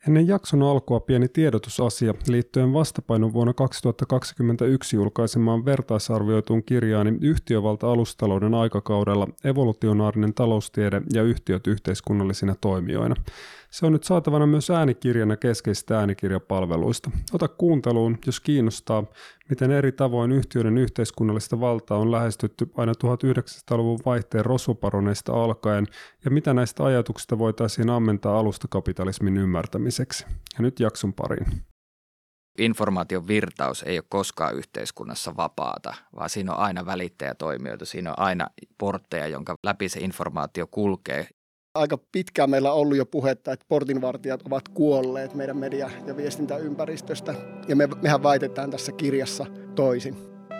Ennen jakson alkua pieni tiedotusasia liittyen vastapainon vuonna 2021 julkaisemaan vertaisarvioituun kirjaani Yhtiövalta-alustalouden aikakaudella, evolutionaarinen taloustiede ja yhtiöt yhteiskunnallisina toimijoina. Se on nyt saatavana myös äänikirjana keskeisistä äänikirjapalveluista. Ota kuunteluun, jos kiinnostaa, miten eri tavoin yhtiöiden yhteiskunnallista valtaa on lähestytty aina 1900-luvun vaihteen rosvoparoneista alkaen ja mitä näistä ajatuksista voitaisiin ammentaa alustakapitalismin ymmärtämiseksi. Ja nyt jakson pariin. Informaation virtaus ei ole koskaan yhteiskunnassa vapaata, vaan siinä on aina välittäjätoimijoita, siinä on aina portteja, jonka läpi se informaatio kulkee. Aika pitkään meillä on ollut jo puhetta, että portinvartijat ovat kuolleet meidän media- ja viestintäympäristöstä, ja mehän väitetään tässä kirjassa toisin.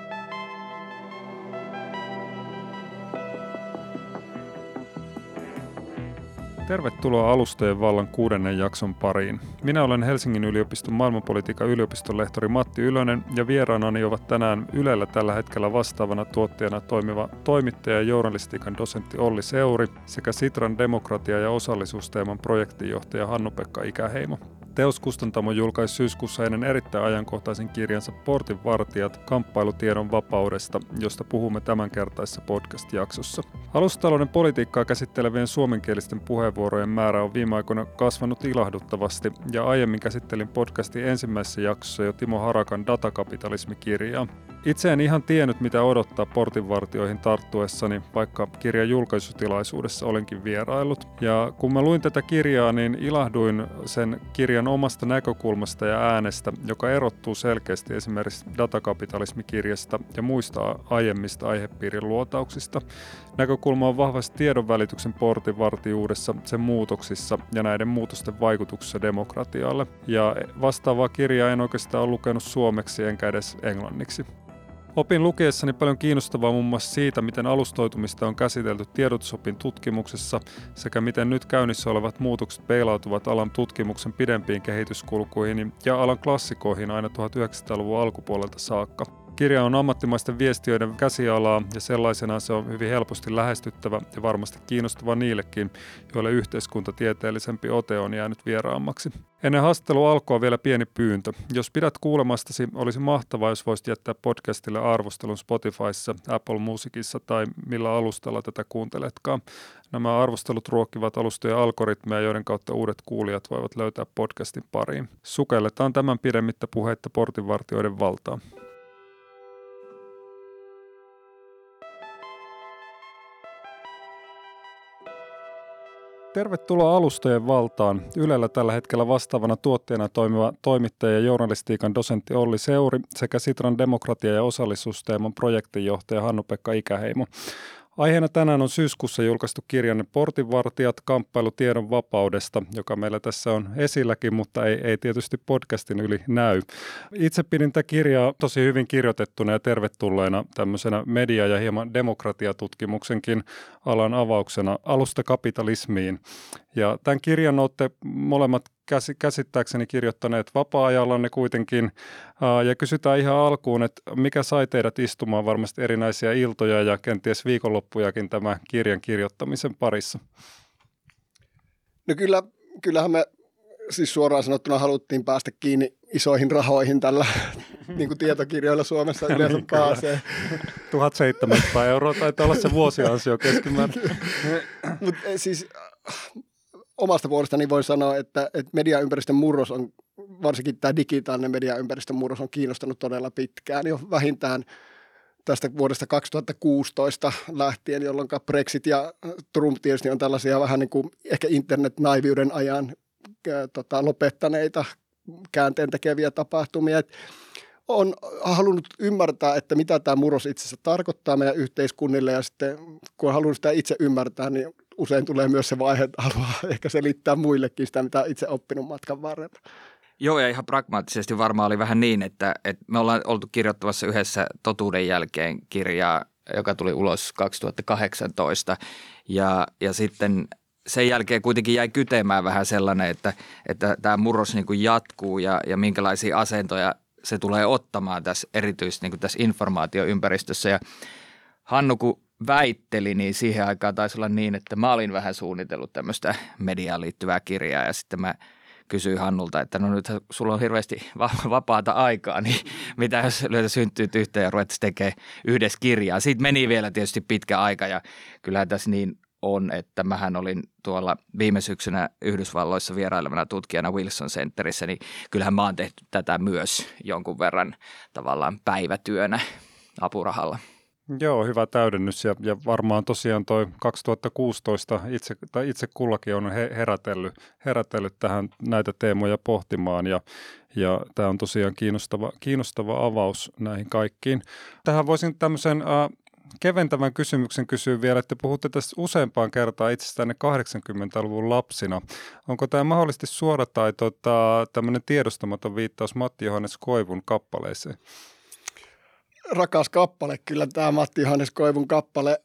Tervetuloa Alustojen vallan 6. jakson pariin. Minä olen Helsingin yliopiston maailmanpolitiikan yliopistonlehtori Matti Ylönen ja vieraanani ovat tänään Ylellä tällä hetkellä vastaavana tuottajana toimiva toimittaja ja journalistiikan dosentti Olli Seuri sekä Sitran demokratia- ja osallisuusteeman projektinjohtaja Hannu-Pekka Ikäheimo. Teoskustantamo julkaisi syyskuussa ennen erittäin ajankohtaisen kirjansa Portinvartijat, kamppailutiedon vapaudesta, josta puhumme tämänkertaisessa podcast-jaksossa. Alustatalouden politiikkaa käsittelevien suomenkielisten puheenvuorojen määrä on viime aikoina kasvanut ilahduttavasti, ja aiemmin käsittelin podcastin ensimmäisessä jaksossa jo Timo Harakan datakapitalismikirjaa. Itse en ihan tiennyt, mitä odottaa portinvartioihin tarttuessani, vaikka kirjan julkaisutilaisuudessa olenkin vieraillut. Ja kun mä luin tätä kirjaa, niin ilahduin sen kirjan omasta näkökulmasta ja äänestä, joka erottuu selkeästi esimerkiksi datakapitalismikirjasta ja muista aiemmista aihepiirin luotauksista. Näkökulma on vahvasti tiedonvälityksen portinvartijuudessa, sen muutoksissa ja näiden muutosten vaikutuksessa demokratialle. Ja vastaavaa kirjaa en oikeastaan ole lukenut suomeksi enkä edes englanniksi. Opin lukiessani paljon kiinnostavaa muun muassa siitä, miten alustoitumista on käsitelty tiedotusopin tutkimuksessa sekä miten nyt käynnissä olevat muutokset peilautuvat alan tutkimuksen pidempiin kehityskulkuihin ja alan klassikoihin aina 1900-luvun alkupuolelta saakka. Kirja on ammattimaisten viestiöiden käsialaa ja sellaisenaan se on hyvin helposti lähestyttävä ja varmasti kiinnostava niillekin, joille yhteiskuntatieteellisempi ote on jäänyt vieraammaksi. Ennen haastattelun alkua vielä pieni pyyntö. Jos pidät kuulemastasi, olisi mahtavaa, jos voisit jättää podcastille arvostelun Spotifyssa, Apple Musicissa tai millä alustalla tätä kuunteletkaan. Nämä arvostelut ruokkivat alustojen algoritmeja, joiden kautta uudet kuulijat voivat löytää podcastin pariin. Sukelletaan tämän pidemmittä puheitta portinvartijoiden valtaan. Tervetuloa Alustojen valtaan. Ylellä tällä hetkellä vastaavana tuottajana toimiva toimittaja ja journalistiikan dosentti Olli Seuri sekä Sitran demokratia- ja osallisuusteeman projektinjohtaja Hannu-Pekka Ikäheimo. Aiheena tänään on syyskuussa julkaistu kirjanne Portinvartijat, kamppailutiedon vapaudesta, joka meillä tässä on esilläkin, mutta ei tietysti podcastin yli näy. Itse pidin tätä kirjaa tosi hyvin kirjoitettuna ja tervetulleena tämmöisenä media- ja hieman demokratiatutkimuksenkin alan avauksena alustakapitalismiin. Ja tämän kirjan olette molemmat käsittääkseni kirjoittaneet vapaa-ajallanne kuitenkin. Ja kysytään ihan alkuun, että mikä sai teidät istumaan varmasti erinäisiä iltoja ja kenties viikonloppujakin tämän kirjan kirjoittamisen parissa? No kyllähän me siis suoraan sanottuna haluttiin päästä kiinni isoihin rahoihin tällä niin kuin tietokirjoilla Suomessa yleensä pääsee. 1700 € taitaa olla se vuosiansio keskimäärin. Mutta siis omasta puolestani voin sanoa, että mediaympäristön murros on, varsinkin tämä digitaalinen mediaympäristön murros on kiinnostanut todella pitkään, jo vähintään tästä vuodesta 2016 lähtien, jolloin Brexit ja Trump tietysti on tällaisia vähän niin kuin ehkä internet-naiviuden ajan lopettaneita käänteen tekeviä tapahtumia. Olen halunnut ymmärtää, että mitä tämä murros itse asiassa tarkoittaa meidän yhteiskunnille, ja sitten kun on halunnut sitä itse ymmärtää, niin usein tulee myös se vaihe, että haluaa ehkä selittää muillekin sitä, mitä itse oppinut matkan varrella. Joo, ja ihan pragmaattisesti varmaan oli vähän niin, että me ollaan oltu kirjoittamassa yhdessä Totuuden jälkeen -kirjaa, joka tuli ulos 2018, ja sitten sen jälkeen kuitenkin jäi kytemään vähän sellainen, että tämä murros niin kuin jatkuu ja minkälaisia asentoja se tulee ottamaan tässä erityisesti niin kuin tässä informaatioympäristössä. Ja Hannu, kun väitteli, niin siihen aikaan taisi olla niin, että mä olin vähän suunnitellut tämmöistä mediaan liittyvää kirjaa ja sitten mä kysyi Hannulta, että no nyt sulla on hirveästi vapaata aikaa, niin mitä jos lyötäisiin syntynyt yhteen ja ruvettaisiin tekemään yhdessä kirjaa. Siitä meni vielä tietysti pitkä aika ja kyllähän tässä niin on, että mähän olin tuolla viime syksynä Yhdysvalloissa vierailevana tutkijana Wilson Centerissä, niin kyllähän mä oon tehty tätä myös jonkun verran tavallaan päivätyönä apurahalla. Joo, hyvä täydennys ja varmaan tosiaan toi 2016 itse kullakin on herätellyt tähän näitä teemoja pohtimaan ja tämä on tosiaan kiinnostava avaus näihin kaikkiin. Tähän voisin tämmöisen keventävän kysymyksen kysyä vielä, että puhutte tästä useampaan kertaan itsestänne 80-luvun lapsina. Onko tämä mahdollisesti suora tai tämmöinen tiedostamaton viittaus Matti Johannes Koivun kappaleeseen? Rakas kappale, kyllä tämä Matti Johannes Koivun kappale.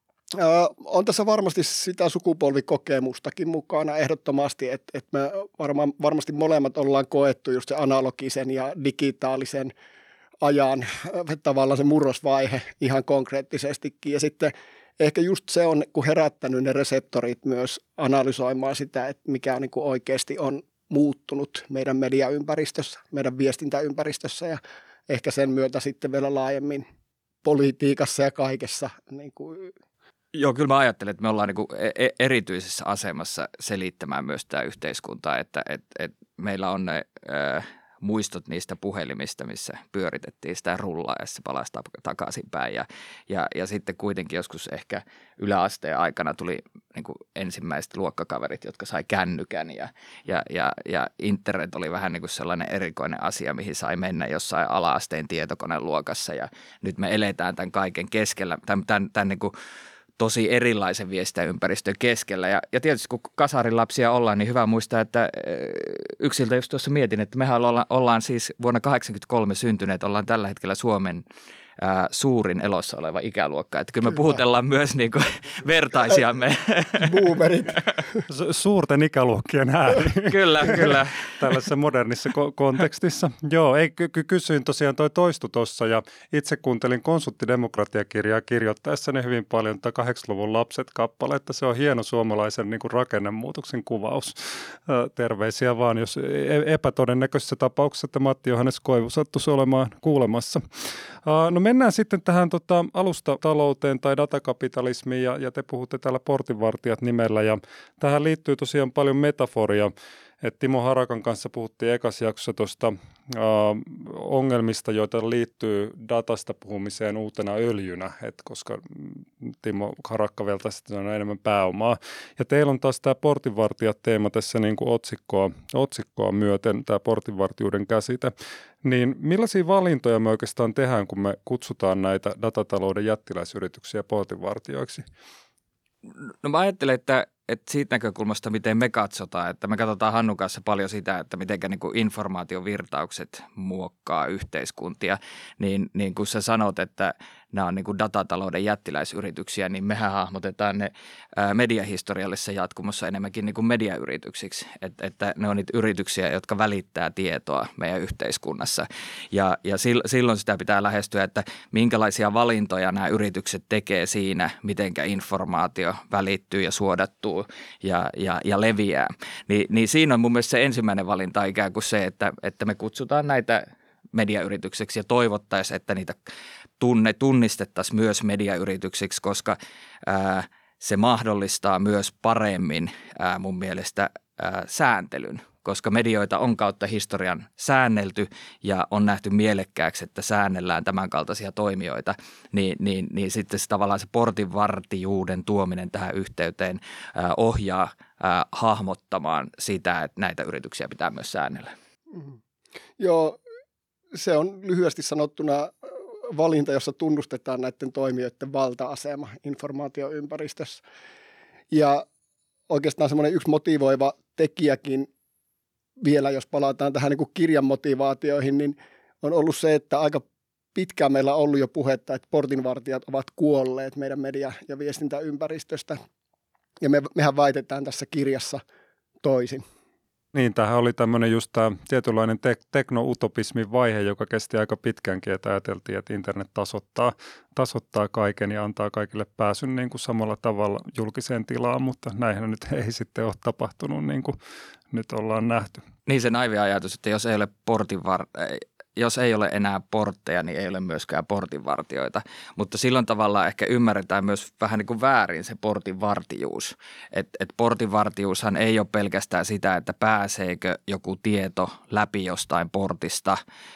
On tässä varmasti sitä sukupolvikokemustakin mukana ehdottomasti, että me varmasti molemmat ollaan koettu just se analogisen ja digitaalisen ajan tavallaan se murrosvaihe ihan konkreettisestikin. Ja sitten ehkä just se on kun herättänyt ne reseptorit myös analysoimaan sitä, että mikä niin kuin oikeasti on muuttunut meidän mediaympäristössä, meidän viestintäympäristössä ja ehkä sen myötä sitten vielä laajemmin politiikassa ja kaikessa. Niin kuin. Joo, kyllä mä ajattelen, että me ollaan niin kuin erityisessä asemassa selittämään myös tämä yhteiskuntaa, että meillä on ne muistot niistä puhelimista, missä pyöritettiin sitä rullaa ja se palasi takaisinpäin. Ja sitten kuitenkin joskus ehkä yläasteen aikana tuli niin kuin ensimmäiset luokkakaverit, jotka sai kännykän ja internet oli vähän niin kuin sellainen erikoinen asia, mihin sai mennä jossain ala-asteen tietokoneluokassa. Ja nyt me eletään tämän kaiken keskellä, tämän niin kuin tosi erilaisen viestintäympäristön keskellä. Ja tietysti kun kasarin lapsia ollaan, niin hyvä muistaa, että yksiltä just tuossa mietin, että mehän ollaan siis vuonna 1983 syntyneet, ollaan tällä hetkellä Suomen suurin elossa oleva ikäluokka. Että kyllä me puhutellaan myös niin kuin vertaisiamme. Boomerit. Suurten ikäluokkien ääni. Kyllä. Tällaisessa modernissa kontekstissa. Joo, kysyin tosiaan toi toistu tuossa ja itse kuuntelin konsulttidemokratiakirjaa kirjoittaessani hyvin paljon 80-luvun lapset-kappaletta. Se on hieno suomalaisen niin kuin rakennemuutoksen kuvaus. Terveisiä vaan, jos epätodennäköisessä tapauksessa, että Matti Johannes Koivu sattuisi olemaan kuulemassa. No mennään sitten tähän alustatalouteen tai datakapitalismiin ja te puhutte täällä portinvartijat nimellä ja tähän liittyy tosiaan paljon metaforia. Et Timo Harakan kanssa puhuttiin ekassa jaksossa tuosta ongelmista, joita liittyy datasta puhumiseen uutena öljynä, koska Timo Harakka vielä tästä on enemmän pääomaa. Ja teillä on taas tämä portinvartijat-teema tässä niin kuin otsikkoa myöten, tämä portinvartijuuden käsite. Niin millaisia valintoja me oikeastaan tehdään, kun me kutsutaan näitä datatalouden jättiläisyrityksiä portinvartijoiksi? No mä ajattelen, että siitä näkökulmasta, miten me katsotaan, että me katsotaan Hannun kanssa paljon sitä, että miten niin kuin informaatiovirtaukset muokkaa yhteiskuntia, niin kun sä sanot, että nämä on niin kuin datatalouden jättiläisyrityksiä, niin mehän hahmotetaan ne mediahistoriallisessa jatkumossa enemmänkin niin kuin mediayrityksiksi, että ne on niitä yrityksiä, jotka välittää tietoa meidän yhteiskunnassa ja silloin sitä pitää lähestyä, että minkälaisia valintoja nämä yritykset tekee siinä, mitenkä informaatio välittyy ja suodattuu ja leviää. Niin siinä on mun mielestä se ensimmäinen valinta ikään kuin se, että me kutsutaan näitä mediayrityksiksi ja toivottaisiin, että niitä tunnistettaisiin myös mediayrityksiksi, koska se mahdollistaa myös paremmin mun mielestä sääntelyn, koska medioita on kautta historian säännelty ja on nähty mielekkääksi, että säännellään tämän kaltaisia toimijoita, niin sitten se tavallaan se portinvartijuuden tuominen tähän yhteyteen ohjaa hahmottamaan sitä, että näitä yrityksiä pitää myös säännellä. Joo, se on lyhyesti sanottuna valinta, jossa tunnustetaan näiden toimijoiden valta-asema informaatioympäristössä. Ja oikeastaan semmoinen yksi motivoiva tekijäkin vielä, jos palataan tähän niin kuin kirjan motivaatioihin, niin on ollut se, että aika pitkään meillä on ollut jo puhetta, että portinvartijat ovat kuolleet meidän media- ja viestintäympäristöstä. Ja mehän väitetään tässä kirjassa toisin. Niin, tämähän oli tämmöinen just tämä tietynlainen tekno-utopismin vaihe, joka kesti aika pitkäänkin, että ajateltiin, että internet tasoittaa kaiken ja antaa kaikille pääsyn niin kuin samalla tavalla julkiseen tilaan, mutta näinhän nyt ei sitten ole tapahtunut niin kuin nyt ollaan nähty. Niin se naivi ajatus, että jos ei ole enää portteja, niin ei ole myöskään portinvartijoita, mutta silloin tavallaan ehkä ymmärretään myös vähän niin kuin väärin se portinvartijuus. Et portinvartijuushan ei ole pelkästään sitä, että pääseekö joku tieto läpi jostain portista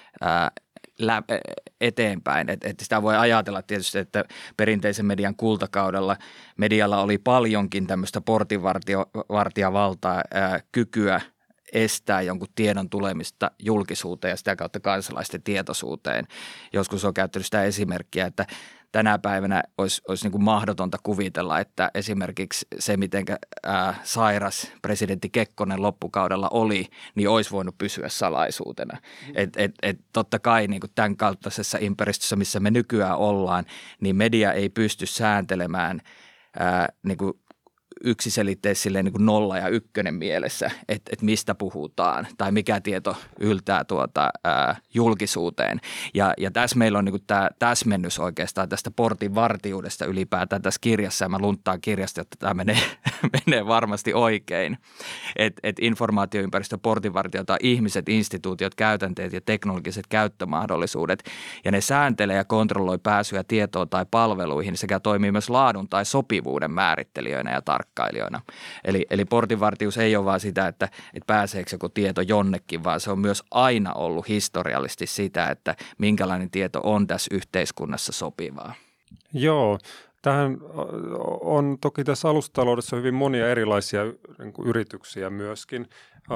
eteenpäin. Et sitä voi ajatella tietysti, että perinteisen median kultakaudella medialla oli paljonkin tämmöistä portinvartijavaltaa, kykyä estää jonkun tiedon tulemista julkisuuteen ja sitä kautta kansalaisten tietoisuuteen. Joskus on käyttänyt sitä esimerkkiä, että tänä päivänä olisi niin kuin mahdotonta kuvitella, että esimerkiksi se, miten sairas presidentti Kekkonen loppukaudella oli, niin olisi voinut pysyä salaisuutena. Totta kai niin kuin tämän kaltaisessa ympäristössä, missä me nykyään ollaan, niin media ei pysty sääntelemään niin kuin yksiselitteisesti silleen niin kuin 0 ja 1 mielessä, että mistä puhutaan tai mikä tieto yltää julkisuuteen. Ja tässä meillä on niin kuin tämä täsmennys oikeastaan tästä portinvartijuudesta ylipäätään tässä kirjassa, ja mä lunttaan kirjasta, jotta tämä menee varmasti oikein. Että informaatioympäristö portinvartijat on ihmiset, instituutiot, käytänteet ja teknologiset käyttömahdollisuudet, ja ne sääntelee ja kontrolloi pääsyä tietoon tai palveluihin sekä toimii myös laadun tai sopivuuden määrittelijöinä ja tarkkailijoina. Eli portinvartijuus ei ole vaan sitä, että pääseekö joku tieto jonnekin, vaan se on myös aina ollut historiallisesti sitä, että minkälainen tieto on tässä yhteiskunnassa sopivaa. Joo, tähän on toki tässä alustataloudessa hyvin monia erilaisia niin kuin yrityksiä myöskin,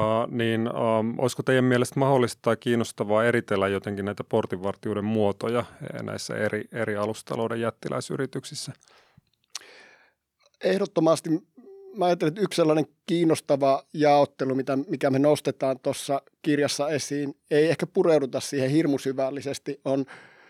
olisiko teidän mielestä mahdollista tai kiinnostavaa eritellä jotenkin näitä portinvartijuuden muotoja näissä eri alustatalouden jättiläisyrityksissä? Ehdottomasti mä ajattelen, että yksi sellainen kiinnostava jaottelu, mikä me nostetaan tuossa kirjassa esiin, ei ehkä pureuduta siihen hirmusyvällisesti, on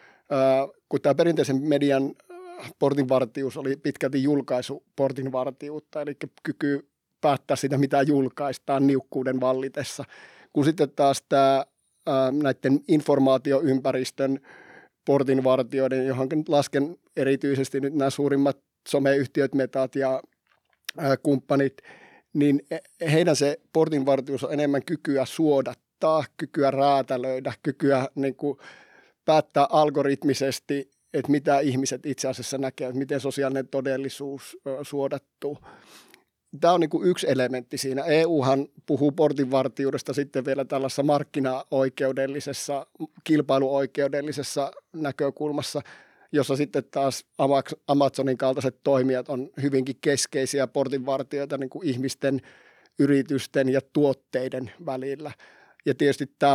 kun tämä perinteisen median portinvartijuus oli pitkälti julkaisuportinvartijuutta, eli kyky päättää sitä, mitä julkaistaan niukkuuden vallitessa. Kun sitten taas tämä näiden informaatioympäristön portinvartijoiden, johon nyt lasken erityisesti nyt nämä suurimmat someyhtiöt, Metat ja kumppanit, niin heidän se portinvartijuus on enemmän kykyä suodattaa, kykyä räätälöidä, kykyä niin kuin päättää algoritmisesti, että mitä ihmiset itse asiassa näkevät, miten sosiaalinen todellisuus suodattuu. Tämä on niin kuin yksi elementti siinä. EUhan puhuu portinvartijuudesta sitten vielä tällaisessa markkinaoikeudellisessa, kilpailuoikeudellisessa näkökulmassa, jossa sitten taas Amazonin kaltaiset toimijat on hyvinkin keskeisiä portinvartijoita niin kuin ihmisten, yritysten ja tuotteiden välillä. Ja tietysti tämä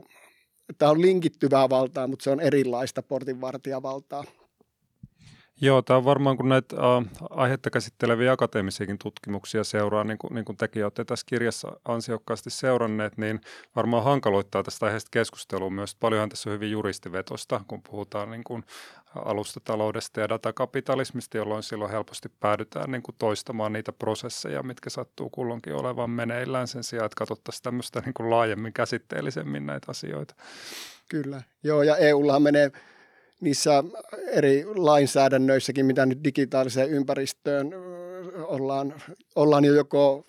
on linkittyvää valtaa, mutta se on erilaista portinvartijavaltaa. Joo, tämä on varmaan, kun näitä aihetta käsitteleviä akateemisiakin tutkimuksia seuraa, niin kuin tekin olette tässä kirjassa ansiokkaasti seuranneet, niin varmaan hankaloittaa tästä aiheesta keskustelua myös. Paljonhan tässä on hyvin juristivetosta, kun puhutaan niin kuin alustataloudesta ja datakapitalismista, jolloin silloin helposti päädytään niin kuin toistamaan niitä prosesseja, mitkä sattuu kulloinkin olevan meneillään sen sijaan, että katsottaisiin tämmöistä niin kuin laajemmin käsitteellisemmin näitä asioita. Kyllä, joo, ja EUllahan menee niissä eri lainsäädännöissäkin, mitä nyt digitaaliseen ympäristöön ollaan jo joko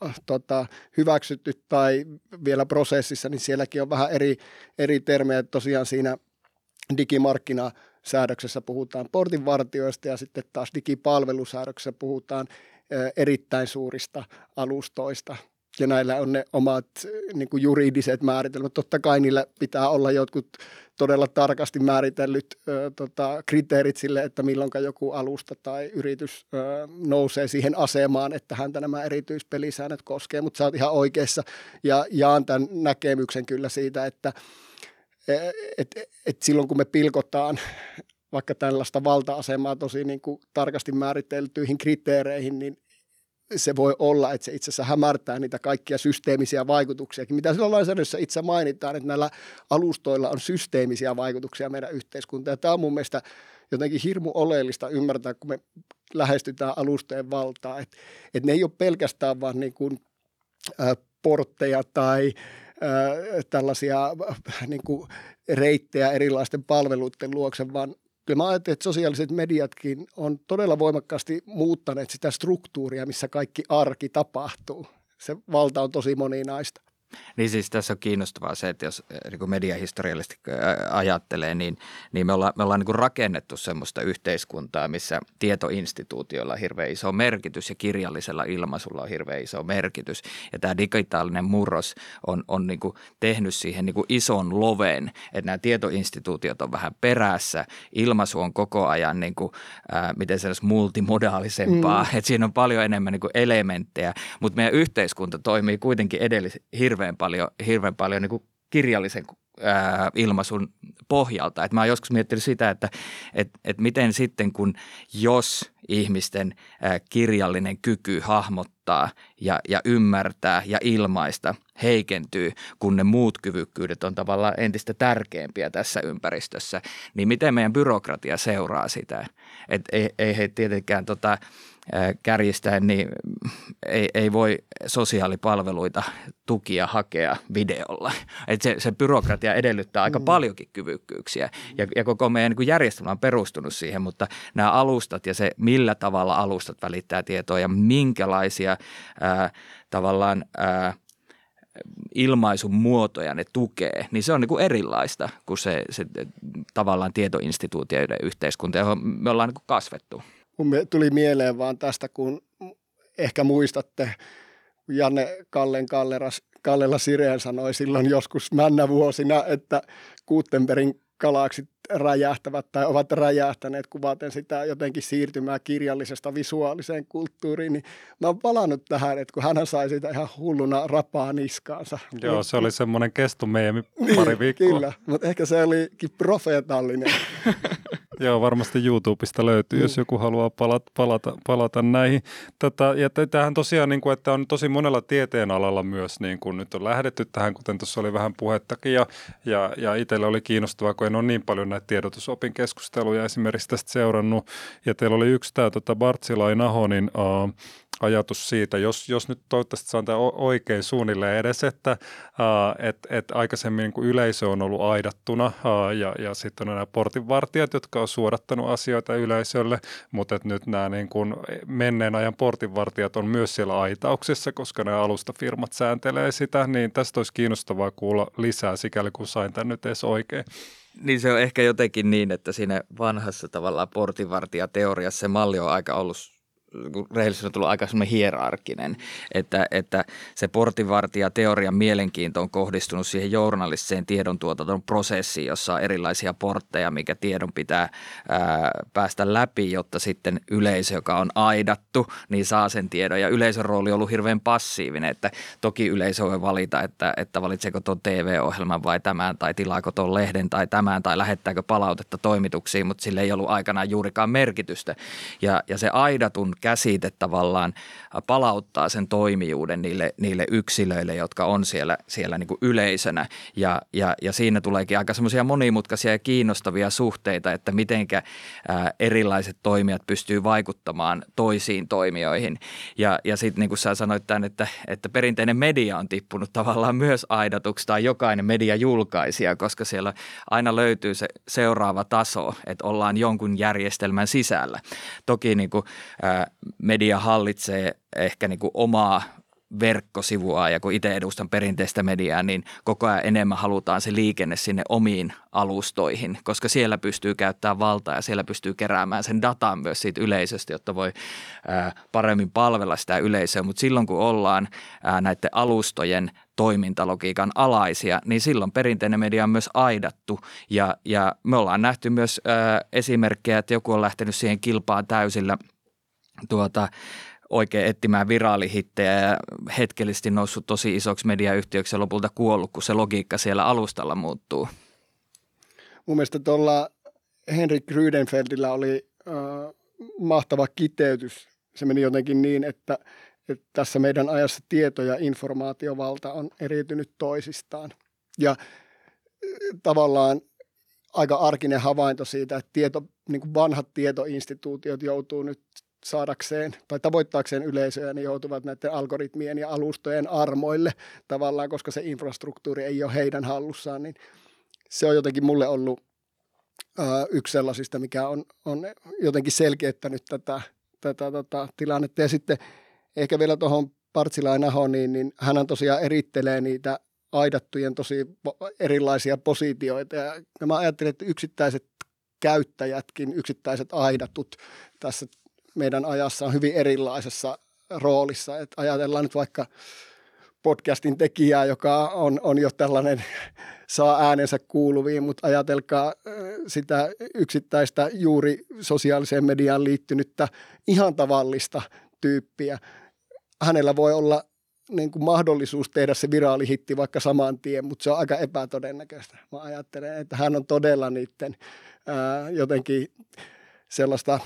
hyväksytty tai vielä prosessissa, niin sielläkin on vähän eri termejä. Tosiaan siinä digimarkkinasäädöksessä puhutaan portinvartijoista ja sitten taas digipalvelusäädöksessä puhutaan erittäin suurista alustoista. Ja näillä on ne omat niin kuin juridiset määritelmät. Totta kai niillä pitää olla jotkut todella tarkasti määritellyt kriteerit sille, että milloinka joku alusta tai yritys nousee siihen asemaan, että häntä nämä erityispelisäännöt koskee. Mutta sä oot ihan oikeassa ja jaan tämän näkemyksen kyllä siitä, että silloin kun me pilkotaan vaikka tällaista valta-asemaa tosi niin kuin tarkasti määriteltyihin kriteereihin, niin se voi olla, että se itse asiassa hämärtää niitä kaikkia systeemisiä vaikutuksiakin, mitä silloin lainsäädännössä itse mainitaan, että näillä alustoilla on systeemisiä vaikutuksia meidän yhteiskuntaan. Ja tämä on mun mielestä jotenkin hirmu oleellista ymmärtää, kun me lähestytään alustojen valtaa, että ne ei ole pelkästään vaan niin kuin portteja tai tällaisia niin kuin reittejä erilaisten palveluiden luokse, vaan kyllä mä ajattelen, että sosiaaliset mediatkin on todella voimakkaasti muuttaneet sitä struktuuria, missä kaikki arki tapahtuu. Se valta on tosi moninaista. Niin siis tässä on kiinnostavaa se, että jos niin mediahistoriallisesti ajattelee, niin me ollaan niin kuin rakennettu semmoista yhteiskuntaa, missä tietoinstituutioilla on hirveän iso merkitys ja kirjallisella ilmaisulla on hirveän iso merkitys. Ja tämä digitaalinen murros on niin kuin tehnyt siihen niin kuin ison loven, että nämä tietoinstituutiot on vähän perässä. Ilmaisu on koko ajan niin kuin, miten se olisi multimodaalisempaa, että siinä on paljon enemmän niin kuin elementtejä, mutta meidän yhteiskunta toimii kuitenkin hirveän paljon niin kuin kirjallisen ilmaisun pohjalta. Et mä oon joskus miettinyt sitä, että miten sitten jos ihmisten kirjallinen kyky hahmottaa ja ymmärtää ja ilmaista heikentyy, kun ne muut kyvykkyydet on tavallaan entistä tärkeämpiä tässä ympäristössä, niin miten meidän byrokratia seuraa sitä? Ei he tietenkään kärjistäen, niin ei voi sosiaalipalveluita tukia hakea videolla. Et se byrokratia edellyttää aika paljonkin kyvykkyyksiä ja koko meidän niin kuin järjestelmä on perustunut siihen, mutta nämä alustat ja se, millä tavalla alustat välittää tietoa ja minkälaisia tavallaan ilmaisun muotoja ne tukee, niin se on niin kuin erilaista kuin se tavallaan tietoinstituutioiden yhteiskunta, johon me ollaan niin kuin kasvettu. Mun tuli mieleen vaan tästä, kun ehkä muistatte, kun Janne Kallela Sireen sanoi silloin joskus männävuosina, että Gutenbergin galaksit räjähtävät tai ovat räjähtäneet kuvaten sitä jotenkin siirtymää kirjallisesta visuaaliseen kulttuuriin, niin mä oon palannut tähän, että kun hän sai sitä ihan hulluna rapaa niskaansa. Joo, se oli semmoinen kestomeemi pari viikkoa. Kyllä, mutta ehkä se olikin profeetallinen. Joo, varmasti YouTubesta löytyy, jos joku haluaa palata näihin. Ja tämähän tosiaan, niin kuin, että on tosi monella tieteenalalla myös, niin kuin nyt on lähdetty tähän, kuten tuossa oli vähän puhettakin. Ja itselle oli kiinnostavaa, kun en ole niin paljon näitä tiedotusopin keskusteluja esimerkiksi tästä seurannut. Ja teillä oli yksi tämä Bartsilai-Nahonin ajatus siitä, jos nyt toivottavasti saan tämä oikein suunnilleen edes, että aikaisemmin niin kuin yleisö on ollut aidattuna ja sitten on nämä portinvartijat, jotka on suodattanut asioita yleisölle, mutta että nyt nämä niin kuin menneen ajan portinvartijat on myös siellä aitauksessa, koska nämä alustafirmat sääntelee sitä, niin tästä olisi kiinnostavaa kuulla lisää, sikäli kun sain tämän nyt edes oikein. Niin se on ehkä jotenkin niin, että siinä vanhassa tavallaan portinvartijateoriassa se malli on aika ollut rehellisesti on tullut aika semmoinen hierarkkinen, että se portinvartijateorian mielenkiinto on kohdistunut siihen journalistiseen tiedontuotanton prosessiin, jossa on erilaisia portteja, mikä tiedon pitää päästä läpi, jotta sitten yleisö, joka on aidattu, niin saa sen tiedon. Ja yleisön rooli on ollut hirveän passiivinen, että toki yleisö voi valita, että valitseeko tuon TV-ohjelman vai tämän, tai tilaako tuon lehden tai tämän, tai lähettääkö palautetta toimituksiin, mutta sillä ei ollut aikanaan juurikaan merkitystä. Ja se aidatun käsite tavallaan palauttaa sen toimijuuden niille yksilöille, jotka on siellä niin kuin yleisönä. Ja siinä tuleekin aika semmoisia monimutkaisia ja kiinnostavia suhteita, että mitenkä erilaiset toimijat pystyy vaikuttamaan toisiin toimijoihin. Ja sitten niin kuin sä sanoit tämän, että perinteinen media on tippunut tavallaan myös aidatuksi tai jokainen mediajulkaisija, koska siellä aina löytyy se seuraava taso, että ollaan jonkun järjestelmän sisällä. Toki niin kuin media hallitsee ehkä niin kuin omaa verkkosivua ja kun itse edustan perinteistä mediaa, niin koko ajan enemmän halutaan se liikenne sinne omiin alustoihin, koska siellä pystyy käyttämään valtaa ja siellä pystyy keräämään sen datan myös siitä yleisöstä, jotta voi paremmin palvella sitä yleisöä. Mutta silloin kun ollaan näiden alustojen toimintalogiikan alaisia, niin silloin perinteinen media on myös aidattu ja me ollaan nähty myös esimerkkejä, että joku on lähtenyt siihen kilpaan täysillä oikein etsimään viraalihittejä ja hetkellisesti noussut tosi isoksi mediayhtiöksi ja lopulta kuollut, kun se logiikka siellä alustalla muuttuu. Mun mielestä tuolla Henrik Rüdenfeldillä oli mahtava kiteytys. Se meni jotenkin niin, että tässä meidän ajassa tieto- ja informaatiovalta on eriytynyt toisistaan. Ja tavallaan aika arkinen havainto siitä, että niin kuin vanhat tietoinstituutiot joutuu nyt saadakseen tai tavoittaakseen yleisöä, niin joutuvat näiden algoritmien ja alustojen armoille tavallaan, koska se infrastruktuuri ei ole heidän hallussaan, niin se on jotenkin mulle ollut yksi sellaisista, mikä on jotenkin selkeyttänyt tätä tilannetta. Ja sitten ehkä vielä tuohon Partzilain Ahoon, niin hän tosiaan erittelee niitä aidattujen tosi erilaisia positioita. Ja mä ajattelin, että yksittäiset käyttäjätkin, yksittäiset aidatut tässä meidän ajassa on hyvin erilaisessa roolissa. Että ajatellaan nyt vaikka podcastin tekijää, joka on jo tällainen, saa äänensä kuuluviin, mutta ajatelkaa sitä yksittäistä juuri sosiaaliseen mediaan liittynyttä ihan tavallista tyyppiä. Hänellä voi olla niin kuin mahdollisuus tehdä se viraalihitti vaikka saman tien, mutta se on aika epätodennäköistä. Mä ajattelen, että hän on todella niiden jotenkin sellaista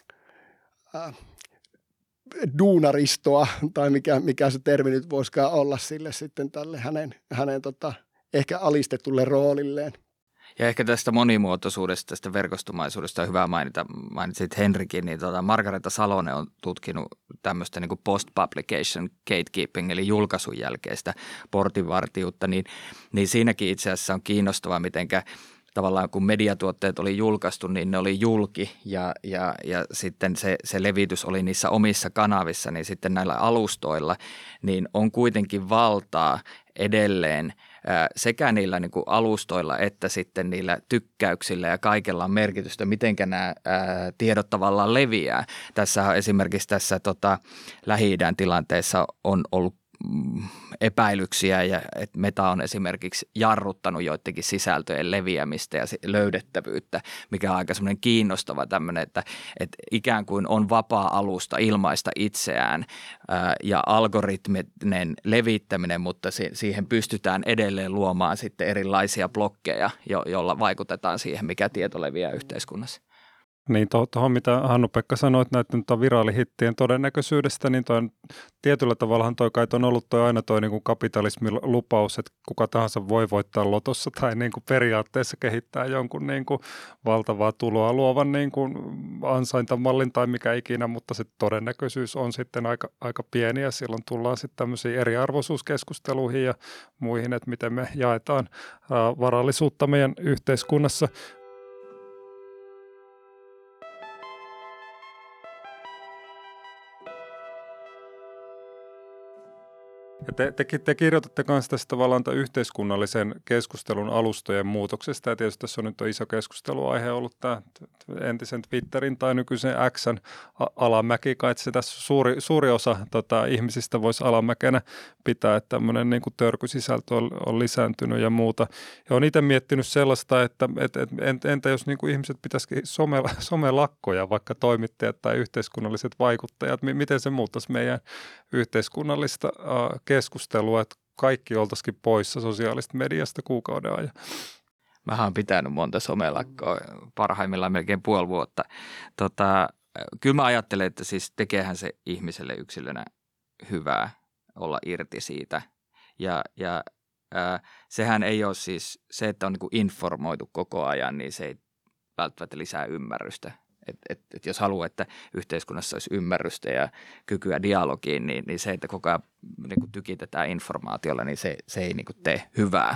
duunaristoa, tai mikä se termi nyt voisikaan olla sille sitten tälle hänen ehkä alistetulle roolilleen. Ja ehkä tästä monimuotoisuudesta, tästä verkostomaisuudesta on hyvä mainita. Mainitsit Henrikin, niin Margareta Salonen on tutkinut tämmöistä niin kuin post-publication gatekeeping, eli julkaisun jälkeistä portinvartijuutta, niin siinäkin itse asiassa on kiinnostavaa, mitenkä tavallaan kun mediatuotteet oli julkaistu, niin ne oli julki ja sitten se levitys oli niissä omissa kanavissa, niin sitten näillä alustoilla niin on kuitenkin valtaa edelleen sekä niillä niin kuin alustoilla että sitten niillä tykkäyksillä ja kaikella on merkitystä, mitenkä nämä tiedot tavallaan leviää. Tässä esimerkiksi tässä Lähi-idän tilanteessa on ollut epäilyksiä ja että Meta on esimerkiksi jarruttanut joidenkin sisältöjen leviämistä ja löydettävyyttä, mikä on aika semmoinen kiinnostava tämmöinen, että ikään kuin on vapaa alusta ilmaista itseään ja algoritminen levittäminen, mutta siihen pystytään edelleen luomaan sitten erilaisia blokkeja, joilla vaikutetaan siihen, mikä tieto leviää yhteiskunnassa. Niin tuohon, mitä Hannu-Pekka sanoi, että näiden viraalihittien todennäköisyydestä, niin tietyllä tavallahan on ollut aina niin kuin kapitalismin lupaus, että kuka tahansa voi voittaa lotossa tai niin kuin periaatteessa kehittää jonkun niin kuin valtavaa tuloa luovan niin kuin ansaintamallin tai mikä ikinä, mutta se todennäköisyys on sitten aika pieni ja silloin tullaan sitten tämmöisiin eriarvoisuuskeskusteluihin ja muihin, että miten me jaetaan varallisuutta meidän yhteiskunnassa. Ja te kirjoitatte myös tästä tavallaan yhteiskunnallisen keskustelun alustojen muutoksesta, ja tietysti tässä on nyt iso keskusteluaihe ollut tämä entisen Twitterin tai nykyisen X:n alamäki, kai se tässä suuri osa ihmisistä voisi alamäkenä pitää, että tämmöinen niin kuin törkysisältö on lisääntynyt ja muuta. Ja olen itse miettinyt sellaista, että entä jos niin kuin ihmiset pitäisikin somelakkoja, vaikka toimittajat tai yhteiskunnalliset vaikuttajat, miten se muuttaisi meidän yhteiskunnallista keskustelua, että kaikki oltaisikin poissa sosiaalisesta mediasta kuukauden ajan. Mä oon pitänyt monta somelakkoa, parhaimmillaan melkein puoli vuotta. Kyllä mä ajattelen, että siis tekeehän se ihmiselle yksilönä hyvää olla irti siitä. Ja sehän ei ole siis se, että on niin kuin informoitu koko ajan, niin se ei välttämättä lisää ymmärrystä. Et jos haluaa, että yhteiskunnassa olisi ymmärrystä ja kykyä dialogiin, niin se, että koko ajan niin kuin tykitetään informaatiolla, niin se ei niin kuin tee hyvää.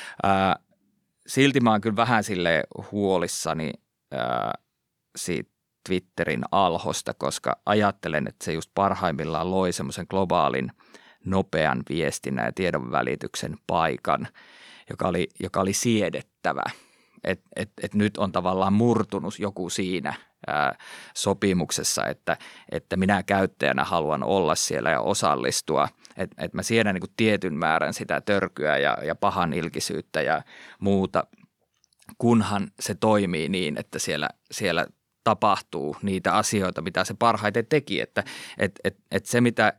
Silti mä oon kyllä vähän silleen huolissani siitä Twitterin alhosta, koska ajattelen, että se just parhaimmillaan loi semmoisen globaalin nopean viestinnän ja tiedonvälityksen paikan, joka oli siedettävä. Et nyt on tavallaan murtunut joku siinä sopimuksessa, että minä käyttäjänä haluan olla siellä ja osallistua. Että mä siedän niin kuin tietyn määrän sitä törkyä ja pahan ilkisyyttä ja muuta, kunhan se toimii niin, että siellä tapahtuu niitä asioita, mitä se parhaiten teki. Että se, mitä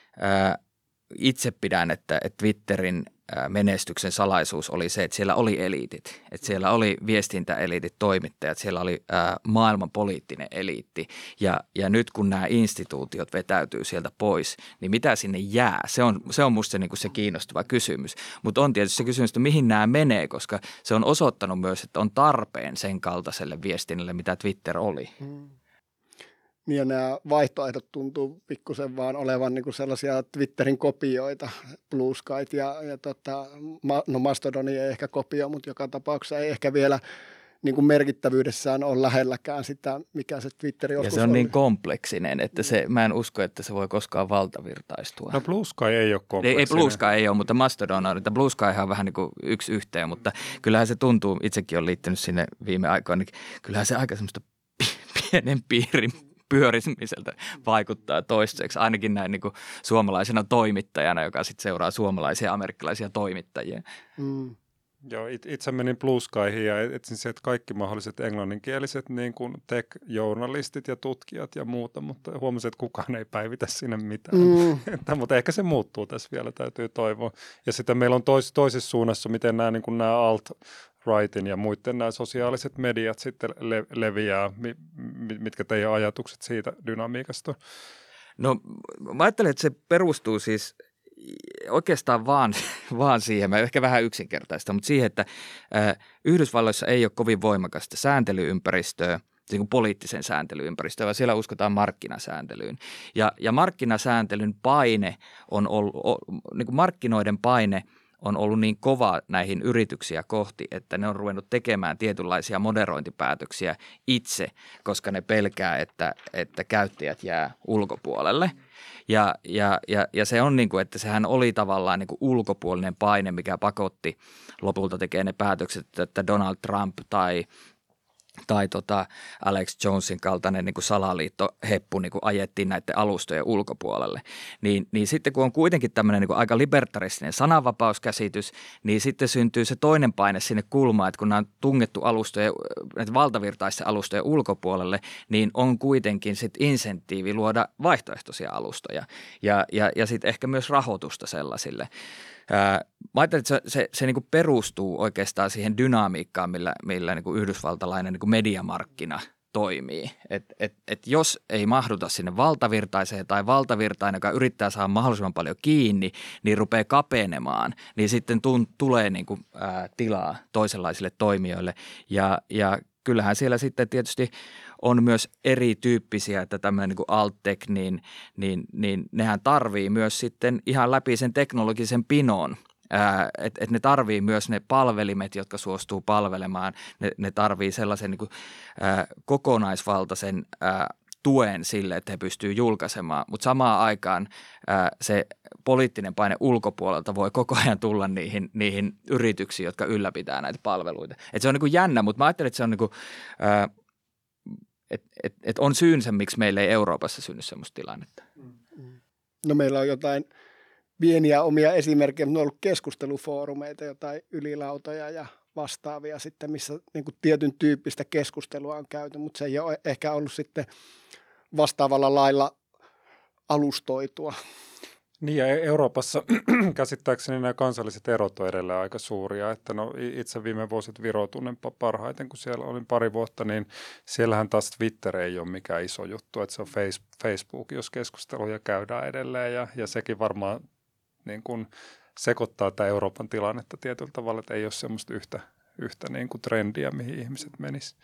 itse pidän, että Twitterin menestyksen salaisuus oli se, että siellä oli eliitit, että siellä oli viestintäeliitit, toimittajat, siellä oli maailman poliittinen eliitti ja nyt kun nämä instituutiot vetäytyy sieltä pois, niin mitä sinne jää? Se on musta se kiinnostava kysymys, mutta on tietysti se kysymys, että mihin nämä menee, koska se on osoittanut myös, että on tarpeen sen kaltaiselle viestinnälle, mitä Twitter oli. Niin nämä vaihtoehdot tuntuu pikkusen vaan olevan niin kuin sellaisia Twitterin kopioita, Blue Skyt no Mastodoni ei ehkä kopio, mutta joka tapauksessa ei ehkä vielä niin kuin merkittävyydessään ole lähelläkään sitä, mikä se Twitter joskus ja se on oli. niin kompleksinen, että mä en usko, että se voi koskaan valtavirtaistua. No Blue Sky ei ole kompleksinen. Ei Blue Sky ei ole, mutta Mastodon on. Blue Sky on vähän niin kuin yksi yhteen, mutta kyllähän se tuntuu, itsekin on liittynyt sinne viime aikoina, niin kyllähän se aika semmoista pienen piirin pyörimiseltä vaikuttaa toistaiseksi, ainakin näin niin kuin suomalaisena toimittajana, joka sitten seuraa suomalaisia ja amerikkalaisia toimittajia. Joo, itse menin Blue Skyhin ja etsin sieltä kaikki mahdolliset englanninkieliset niin kuin tech-journalistit ja tutkijat ja muuta, mutta huomasin, että kukaan ei päivitä sinne mitään. Mutta ehkä se muuttuu tässä vielä, täytyy toivoa. Ja sitten meillä on toisessa suunnassa, miten nämä, niin kuin nämä alt-rightin ja muiden nämä sosiaaliset mediat sitten leviää. Mitkä teidän ajatukset siitä dynamiikasta? No mä ajattelen, että se perustuu siis oikeastaan vaan siihen, mä ehkä vähän yksinkertaista, mutta siihen, että Yhdysvalloissa ei ole kovin voimakasta sääntelyympäristöä, niin kuin poliittisen sääntelyympäristöä, vaan siellä uskotaan markkinasääntelyyn. Ja markkinasääntelyn paine on ollut, niin kuin markkinoiden paine on ollut niin kova näihin yrityksiä kohti, että ne on ruvennut tekemään tietynlaisia moderointipäätöksiä itse, koska ne pelkää, että käyttäjät jää ulkopuolelle. Ja se on niin kuin, että sehän oli tavallaan niin kuin ulkopuolinen paine, mikä pakotti lopulta tekemään ne päätökset, että Donald Trump tai Alex Jonesin kaltainen niin kuin salaliittoheppu niin kuin ajettiin näiden alustojen ulkopuolelle. Niin sitten kun on kuitenkin tämmöinen niin kuin aika libertaristinen sananvapauskäsitys, niin sitten syntyy se toinen paine sinne kulmaan, että kun nämä on tungettu näitä valtavirtaisten alustojen ulkopuolelle, niin on kuitenkin sitten insentiivi luoda vaihtoehtoisia alustoja ja sitten ehkä myös rahoitusta sellaisille. Mä ajattelen, että se niin kuin perustuu oikeastaan siihen dynamiikkaan, millä niin kuin yhdysvaltalainen niin kuin mediamarkkina toimii. Et jos ei mahduta sinne valtavirtaiseen tai valtavirtainen, joka yrittää saada mahdollisimman paljon kiinni, niin rupeaa kapenemaan, niin sitten tulee niin kuin, tilaa toisenlaisille toimijoille. Ja kyllähän siellä sitten tietysti on myös erityyppisiä, että tämmöinen niin kuin alt-tech, niin nehän tarvii myös sitten ihan läpi sen teknologisen pinon. Että ne tarvii myös ne palvelimet, jotka suostuu palvelemaan. Ne tarvii sellaisen niin kuin, kokonaisvaltaisen tuen sille, että he pystyy julkaisemaan. Mutta samaan aikaan se poliittinen paine ulkopuolelta voi koko ajan tulla niihin yrityksiin, jotka ylläpitää näitä palveluita. Et se on niin kuin jännä, mutta mä ajattelen, että se on niin kuin, että on syynsä, miksi meillä ei Euroopassa synny sellaista tilannetta. No meillä on jotain pieniä omia esimerkkejä, mutta ne on ollut keskustelufoorumeita, jotain ylilautoja ja vastaavia sitten, missä niin kuin tietyn tyyppistä keskustelua on käyty, mutta se ei ole ehkä ollut sitten vastaavalla lailla alustoitua. Niin ja Euroopassa käsittääkseni nämä kansalliset erot on edelleen aika suuria, että no itse viime vuosit Viro tunnen parhaiten, kun siellä olin pari vuotta, niin siellähän taas Twitter ei ole mikään iso juttu, että se on Facebook, jos keskusteluja käydään edelleen ja sekin varmaan niin kuin sekoittaa tämä Euroopan tilannetta tietyllä tavalla, että ei ole semmoista yhtä niin kuin trendiä, mihin ihmiset menisivät.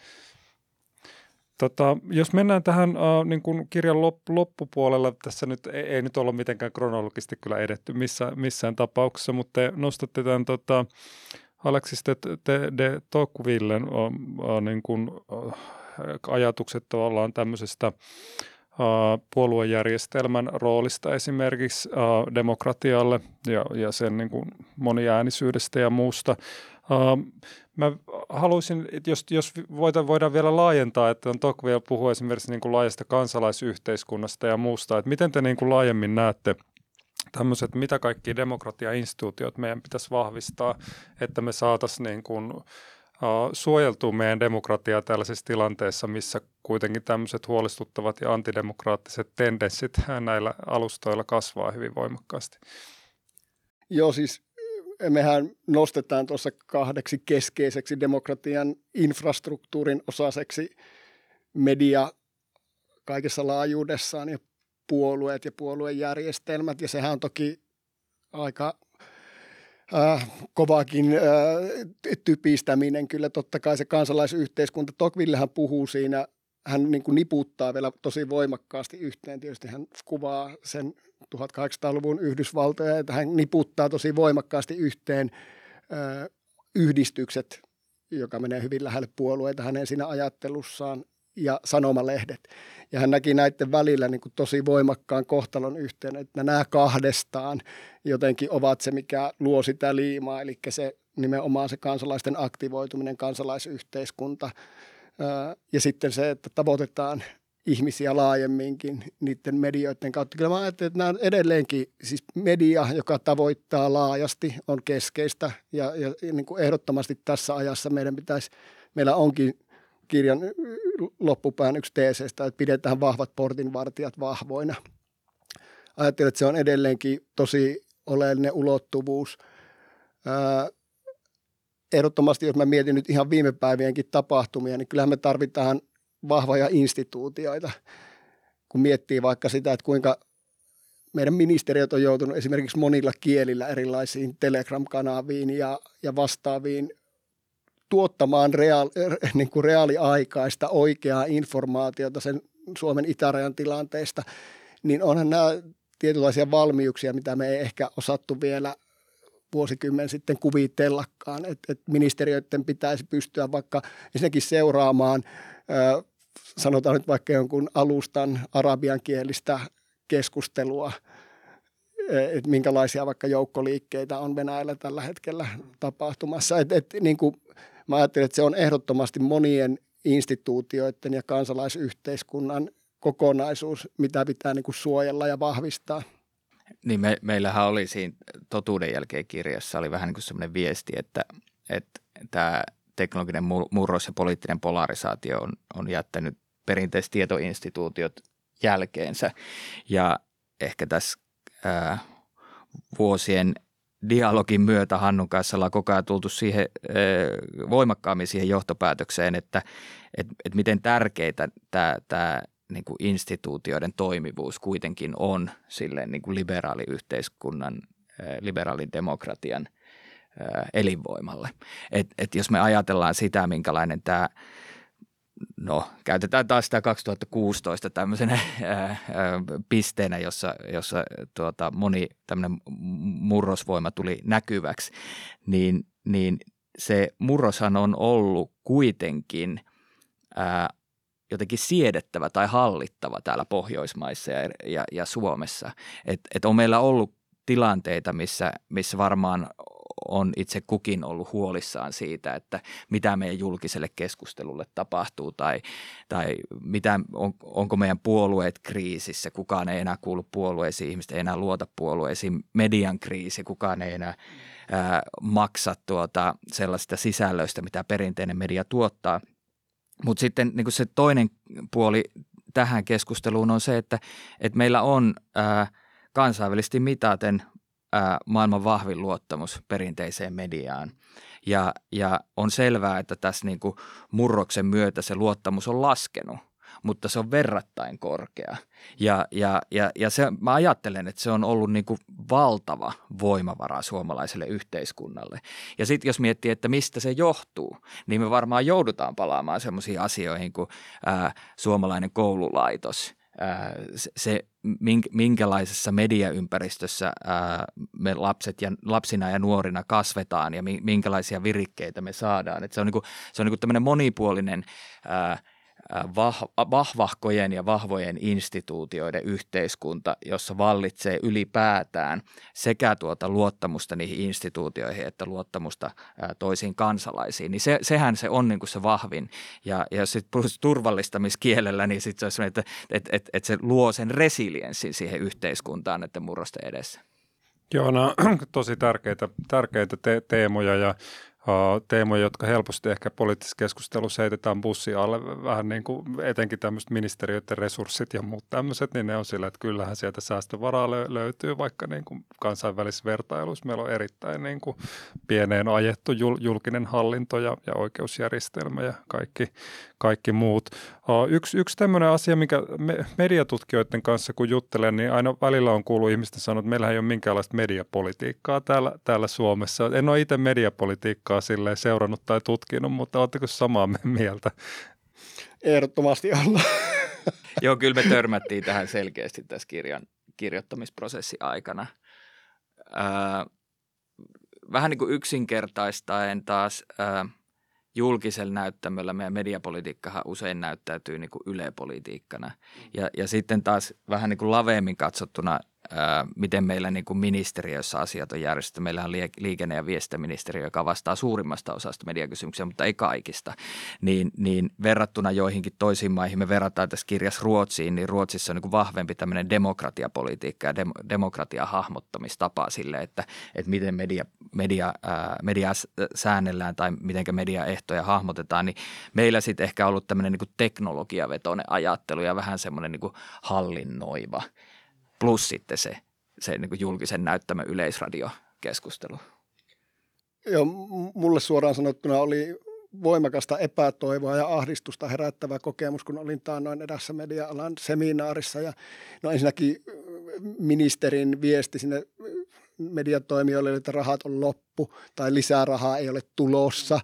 Jos mennään tähän niin kuin kirjan loppupuolella, tässä nyt ei nyt olla mitenkään kronologisesti kyllä edetty missään tapauksessa, mutta te nostatte tämän Alexis de Tocquevillen niin kuin, ajatukset tavallaan tämmöisestä puoluejärjestelmän roolista esimerkiksi demokratialle ja sen niin kuin moniäänisyydestä ja muusta. Mä haluaisin, että jos voidaan vielä laajentaa, että Tocqueville puhuu esimerkiksi niin kuin laajasta kansalaisyhteiskunnasta ja muusta, että miten te niin kuin laajemmin näette tämmöiset, mitä kaikki demokratiainstituutiot meidän pitäisi vahvistaa, että me saataisiin niin kuin suojeltua meidän demokratiaa tällaisessa tilanteessa, missä kuitenkin tämmöiset huolestuttavat ja antidemokraattiset tendenssit näillä alustoilla kasvaa hyvin voimakkaasti. Joo, siis mehän nostetaan tuossa 2 keskeiseksi demokratian infrastruktuurin osaseksi media kaikessa laajuudessaan ja puolueet ja puoluejärjestelmät, ja sehän on toki aika kovakin typistäminen kyllä totta kai se kansalaisyhteiskunta. Tocquevillehän puhuu siinä hän niin kuin niputtaa vielä tosi voimakkaasti yhteen. Tietysti hän kuvaa sen 1800-luvun Yhdysvaltoja, että hän niputtaa tosi voimakkaasti yhteen yhdistykset, joka menee hyvin lähelle puolueita hänen siinä ajattelussaan, ja sanomalehdet. Ja hän näki näiden välillä niin kuin tosi voimakkaan kohtalon yhteen, että nämä kahdestaan jotenkin ovat se, mikä luo sitä liimaa, eli se nimenomaan se kansalaisten aktivoituminen, kansalaisyhteiskunta, ja sitten se, että tavoitetaan ihmisiä laajemminkin niiden medioiden kautta. Kyllä mä ajattelen, että nämä on edelleenkin, siis media, joka tavoittaa laajasti, on keskeistä, ja niin kuin ehdottomasti tässä ajassa meillä onkin kirjan loppupään yksi teeseistä, että pidetään vahvat portinvartijat vahvoina. Ajattelen, että se on edelleenkin tosi oleellinen ulottuvuus. Ehdottomasti, jos mä mietin nyt ihan viime päivienkin tapahtumia, niin kyllähän me tarvitaan vahvoja instituutioita, kun miettii vaikka sitä, että kuinka meidän ministeriöt on joutunut esimerkiksi monilla kielillä erilaisiin Telegram-kanaviin ja vastaaviin tuottamaan niin kuin reaaliaikaista oikeaa informaatiota sen Suomen itärajan tilanteesta, niin onhan nämä tietynlaisia valmiuksia, mitä me ei ehkä osattu vielä vuosikymmen sitten kuvitellakaan, että ministeriöiden pitäisi pystyä vaikka ensinnäkin seuraamaan, sanotaan nyt vaikka jonkun alustan arabiankielistä keskustelua, että minkälaisia vaikka joukkoliikkeitä on Venäjällä tällä hetkellä tapahtumassa. Niin kuin mä ajattelen, että se on ehdottomasti monien instituutioiden ja kansalaisyhteiskunnan kokonaisuus, mitä pitää niin kuin suojella ja vahvistaa. Niin meillähän oli siinä Totuuden jälkeen -kirjassa oli vähän niin kuin semmoinen viesti, että tämä teknologinen murros ja poliittinen polarisaatio on jättänyt perinteiset tietoinstituutiot jälkeensä. Ja ehkä tässä vuosien dialogin myötä Hannun kanssa ollaan koko ajan tultu siihen, voimakkaammin siihen johtopäätökseen, että miten tärkeää tämä niin kuin instituutioiden toimivuus kuitenkin on sille niin kuin liberaaliyhteiskunnan, liberaalin demokratian elinvoimalle. Et jos me ajatellaan sitä, minkälainen tämä, käytetään taas sitä 2016 tämmöisenä pisteenä, jossa moni tämmöinen murrosvoima tuli näkyväksi, niin se murroshan on ollut kuitenkin jotenkin siedettävä tai hallittava täällä Pohjoismaissa ja Suomessa. Et on meillä ollut tilanteita, missä varmaan on itse kukin ollut huolissaan siitä, että mitä meidän julkiselle keskustelulle tapahtuu tai onko meidän puolueet kriisissä, kukaan ei enää kuulu puolueisiin, ihmiset ei enää luota puolueisiin, median kriisi, kukaan ei enää maksa sellaista sisällöistä, mitä perinteinen media tuottaa. Mutta sitten niin se toinen puoli tähän keskusteluun on se, että meillä on kansainvälisesti mitaten maailman vahvin luottamus perinteiseen mediaan. Ja on selvää, että tässä niin kuin murroksen myötä se luottamus on laskenut, mutta se on verrattain korkea. Ja mä ajattelen, että se on ollut niin kuin valtava voimavara suomalaiselle yhteiskunnalle. Ja sitten jos miettii, että mistä se johtuu, niin me varmaan joudutaan palaamaan semmoisiin asioihin kuin suomalainen koululaitos, se minkälaisessa mediaympäristössä me lapsina ja nuorina kasvetaan ja minkälaisia virikkeitä me saadaan. Et se on niinku tämmöinen monipuolinen vahvahkojen ja vahvojen instituutioiden yhteiskunta, jossa vallitsee ylipäätään sekä luottamusta niihin instituutioihin että luottamusta toisiin kansalaisiin. Niin sehän se on niin kuin se vahvin. Ja jos sitten turvallistamiskielellä, niin sitten se on sellainen, että se luo sen resilienssin siihen yhteiskuntaan näiden murrosten edessä. Joo, nämä on tosi tärkeitä teemoja ja teemoja, jotka helposti ehkä poliittisessa keskustelussa heitetään bussin alle, vähän niin kuin etenkin tämmöiset ministeriöiden resurssit ja muut tämmöiset, niin ne on sillä, että kyllähän sieltä säästövaraa löytyy, vaikka niin kuin kansainvälisessä vertailussa meillä on erittäin niin kuin pieneen ajettu julkinen hallinto ja oikeusjärjestelmä ja kaikki muut. Yksi tämmöinen asia, mikä mediatutkijoiden kanssa kun juttelen, niin aina välillä on kuullut ihmisten sanoa, että meillähän ei ole minkäänlaista mediapolitiikkaa täällä Suomessa. En ole itse mediapolitiikkaa silleen seurannut tai tutkinut, mutta oletteko samaa mieltä? Ehdottomasti olla. Joo, kyllä me törmättiin tähän selkeästi tässä kirjan kirjoittamisprosessin aikana. Vähän niin kuin yksinkertaistaen taas julkisella näyttämöllä meidän mediapolitiikkahan usein näyttäytyy niin kuin Yle-politiikkana. Ja sitten taas vähän niin kuin laveemmin katsottuna, miten meillä niin kuin ministeriössä asiat on järjestetty. Meillä on liikenne- ja viestintäministeriö, joka vastaa suurimmasta osasta mediakysymyksiä, mutta ei kaikista. Niin verrattuna joihinkin toisiin maihin, me verrataan tässä kirjassa Ruotsiin, niin Ruotsissa on niin kuin vahvempi tämmöinen demokratiapolitiikka ja demokratian hahmottamistapa sille, että miten media säännellään tai miten mediaehtoja hahmotetaan, niin meillä sitten ehkä ollut tämmöinen niin kuin teknologiavetoinen ajattelu ja vähän semmoinen niin kuin hallinnoiva. Plus sitten se niin kuin julkisen näyttämön yleisradiokeskustelu. Joo, mulle suoraan sanottuna oli voimakasta epätoivoa ja ahdistusta herättävä kokemus, kun olin taannoin edessä media-alan seminaarissa. Ja no ensinnäkin ministerin viesti sinne mediatoimijoille, että rahat on loppu tai lisää rahaa ei ole tulossa.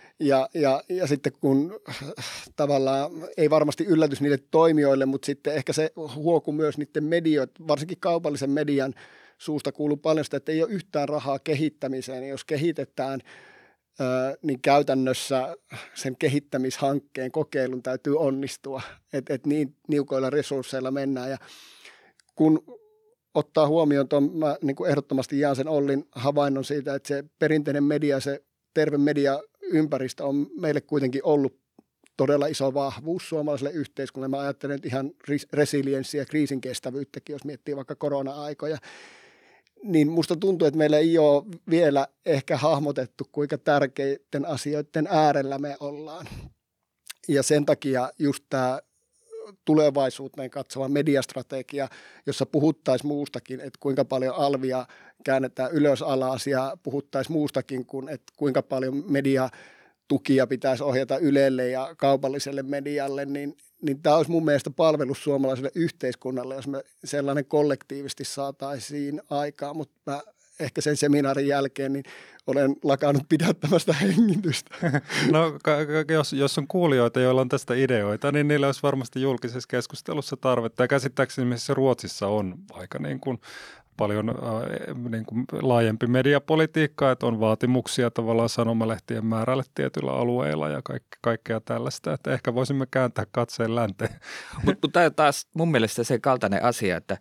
Ja sitten kun tavallaan ei varmasti yllätys niille toimijoille, mutta sitten ehkä se huoku myös niiden medioiden, varsinkin kaupallisen median suusta kuuluu paljon sitä, että ei ole yhtään rahaa kehittämiseen. Jos kehitetään, niin käytännössä sen kehittämishankkeen kokeilun täytyy onnistua, että niin niukoilla resursseilla mennään. Ja kun ottaa huomioon tuon, mä niin kuin ehdottomasti jaan sen Ollin havainnon siitä, että se perinteinen media, se terve mediaympäristö on meille kuitenkin ollut todella iso vahvuus suomalaiselle yhteiskunnalle. Mä ajattelen nyt ihan resilienssiä ja kriisin kestävyyttäkin, jos miettii vaikka korona-aikoja. Niin musta tuntuu, että meillä ei ole vielä ehkä hahmotettu, kuinka tärkeiden asioiden äärellä me ollaan. Ja sen takia just tämä tulevaisuuteen katsova mediastrategia, jossa puhuttaisiin muustakin, että kuinka paljon alvia käännetään ylös alas ja puhuttaisiin muustakin kuin, että kuinka paljon mediatukia pitäisi ohjata Ylelle ja kaupalliselle medialle, niin tämä olisi mun mielestä palvelus suomalaiselle yhteiskunnalle, jos me sellainen kollektiivisesti saataisiin aikaa, mutta mä ehkä sen seminaarin jälkeen niin olen lakannut pidättämästä hengitystä. No jos on kuulijoita, joilla on tästä ideoita, niin niillä olisi varmasti julkisessa keskustelussa tarvetta. Ja käsittääkseni missä Ruotsissa on aika niin kuin paljon niin kuin laajempi mediapolitiikka, että on vaatimuksia tavallaan sanomalehtien määrälle tietyillä alueilla ja kaikkea tällaista, että ehkä voisimme kääntää katseen länteen. Mutta tämä on taas mun mielestä se kaltainen asia, että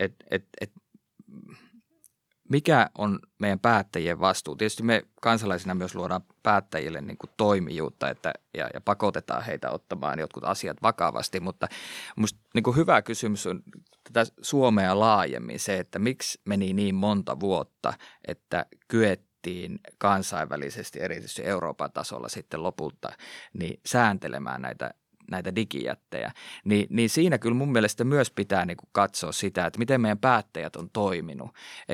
mikä on meidän päättäjien vastuu? Tietysti me kansalaisina myös luodaan päättäjille niin kuin toimijuutta ja pakotetaan heitä ottamaan jotkut asiat vakavasti, mutta musta niin kuin hyvä kysymys on tätä Suomea laajemmin se, että miksi meni niin monta vuotta, että kyettiin kansainvälisesti, erityisesti Euroopan tasolla sitten lopulta niin sääntelemään näitä digijättejä, niin siinä kyllä mun mielestä myös pitää niin kuin katsoa sitä, että miten meidän päättäjät on toiminut.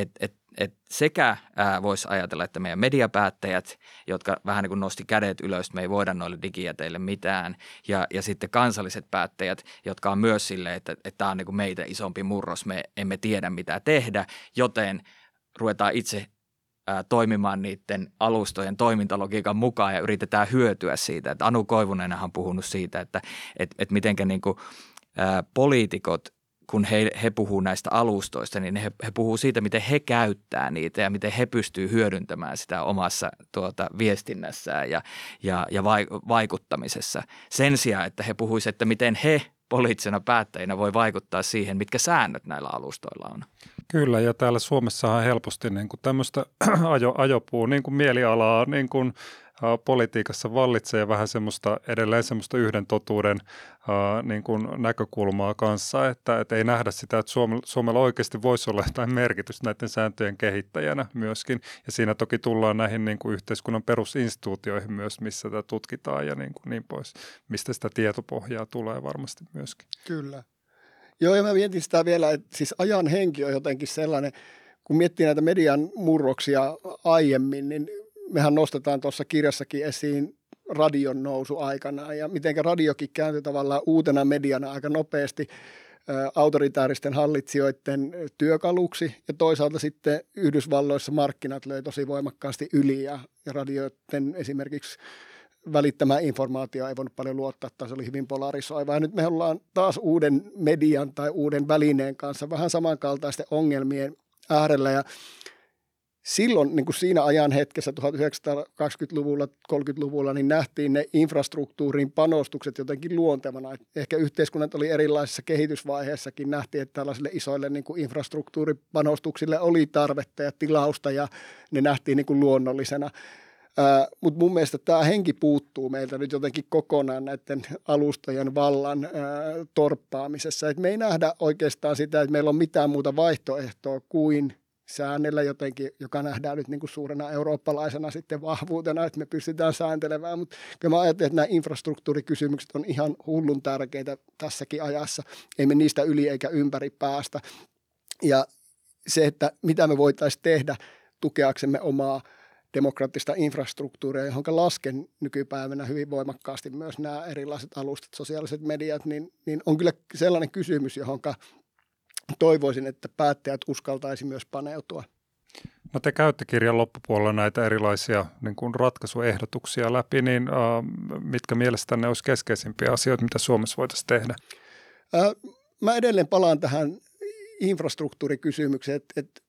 Et sekä voisi ajatella, että meidän mediapäättäjät, jotka vähän niin kuin nosti kädet ylös, että me ei voida noille digijäteille mitään, ja sitten kansalliset päättäjät, jotka on myös silleen, että tämä on niin kuin meitä isompi murros, me emme tiedä mitä tehdä, joten ruvetaan itse toimimaan niiden alustojen toimintalogiikan mukaan ja yritetään hyötyä siitä. Että Anu Koivunenhan on puhunut siitä, että mitenkä niin kuin, poliitikot, kun he puhuu näistä alustoista, niin he puhuu siitä, miten he käyttää niitä ja miten he pystyy hyödyntämään sitä omassa viestinnässään ja vaikuttamisessa. Sen sijaan, että he puhuisivat, että miten he poliittisena päättäjinä voi vaikuttaa siihen, mitkä säännöt näillä alustoilla on. Kyllä, ja täällä Suomessahan helposti niin kuin tämmöistä ajopuu niin kuin mielialaa niin kuin politiikassa vallitsee ja vähän edelleen semmoista yhden totuuden niin kuin näkökulmaa kanssa, että ei nähdä sitä, että Suomella oikeasti voisi olla jotain merkitystä näiden sääntöjen kehittäjänä myöskin. Ja siinä toki tullaan näihin niin kuin yhteiskunnan perusinstituutioihin myös, missä tätä tutkitaan ja niin pois, mistä sitä tietopohjaa tulee varmasti myöskin. Kyllä. Joo, ja mä mietin sitä vielä, että siis ajan henki on jotenkin sellainen, kun miettii näitä median murroksia aiemmin, niin mehän nostetaan tuossa kirjassakin esiin radion nousu aikana ja mitenkä radiokin kääntyi tavallaan uutena mediana aika nopeasti autoritääristen hallitsijoiden työkaluksi ja toisaalta sitten Yhdysvalloissa markkinat löi tosi voimakkaasti yli ja radioiden esimerkiksi välittämään informaatio ei voinut paljon luottaa, tai se oli hyvin polarisoiva. Ja nyt me ollaan taas uuden median tai uuden välineen kanssa vähän samankaltaisten ongelmien äärellä. Ja silloin niin kuin siinä ajan hetkessä 1920-luvulla, 30-luvulla, niin nähtiin ne infrastruktuurin panostukset jotenkin luontevana. Ehkä yhteiskunnat oli erilaisissa kehitysvaiheissakin. Nähtiin, että tällaisille isoille niin kuin infrastruktuuripanostuksille oli tarvetta ja tilausta, ja ne nähtiin niin kuin luonnollisena. Mutta mun mielestä tämä henki puuttuu meiltä nyt jotenkin kokonaan näiden alustojen vallan torppaamisessa. Et me ei nähdä oikeastaan sitä, että meillä on mitään muuta vaihtoehtoa kuin säännellä jotenkin, joka nähdään nyt niin kuin suurena eurooppalaisena sitten vahvuutena, että me pystytään sääntelemään. Mutta kyllä mä ajattelen, että nämä infrastruktuurikysymykset on ihan hullun tärkeitä tässäkin ajassa. Ei me niistä yli eikä ympäri päästä. Ja se, että mitä me voitaisiin tehdä tukeaksemme omaa demokraattista infrastruktuuria, johon lasken nykypäivänä hyvin voimakkaasti myös nämä erilaiset alustat, sosiaaliset mediat, niin on kyllä sellainen kysymys, johon toivoisin, että päättäjät uskaltaisi myös paneutua. No te käytte kirjan loppupuolella näitä erilaisia niin kuin ratkaisuehdotuksia läpi, niin mitkä mielestänne olisi keskeisimpiä asioita, mitä Suomessa voitaisiin tehdä? Mä edelleen palaan tähän infrastruktuurikysymykseen, että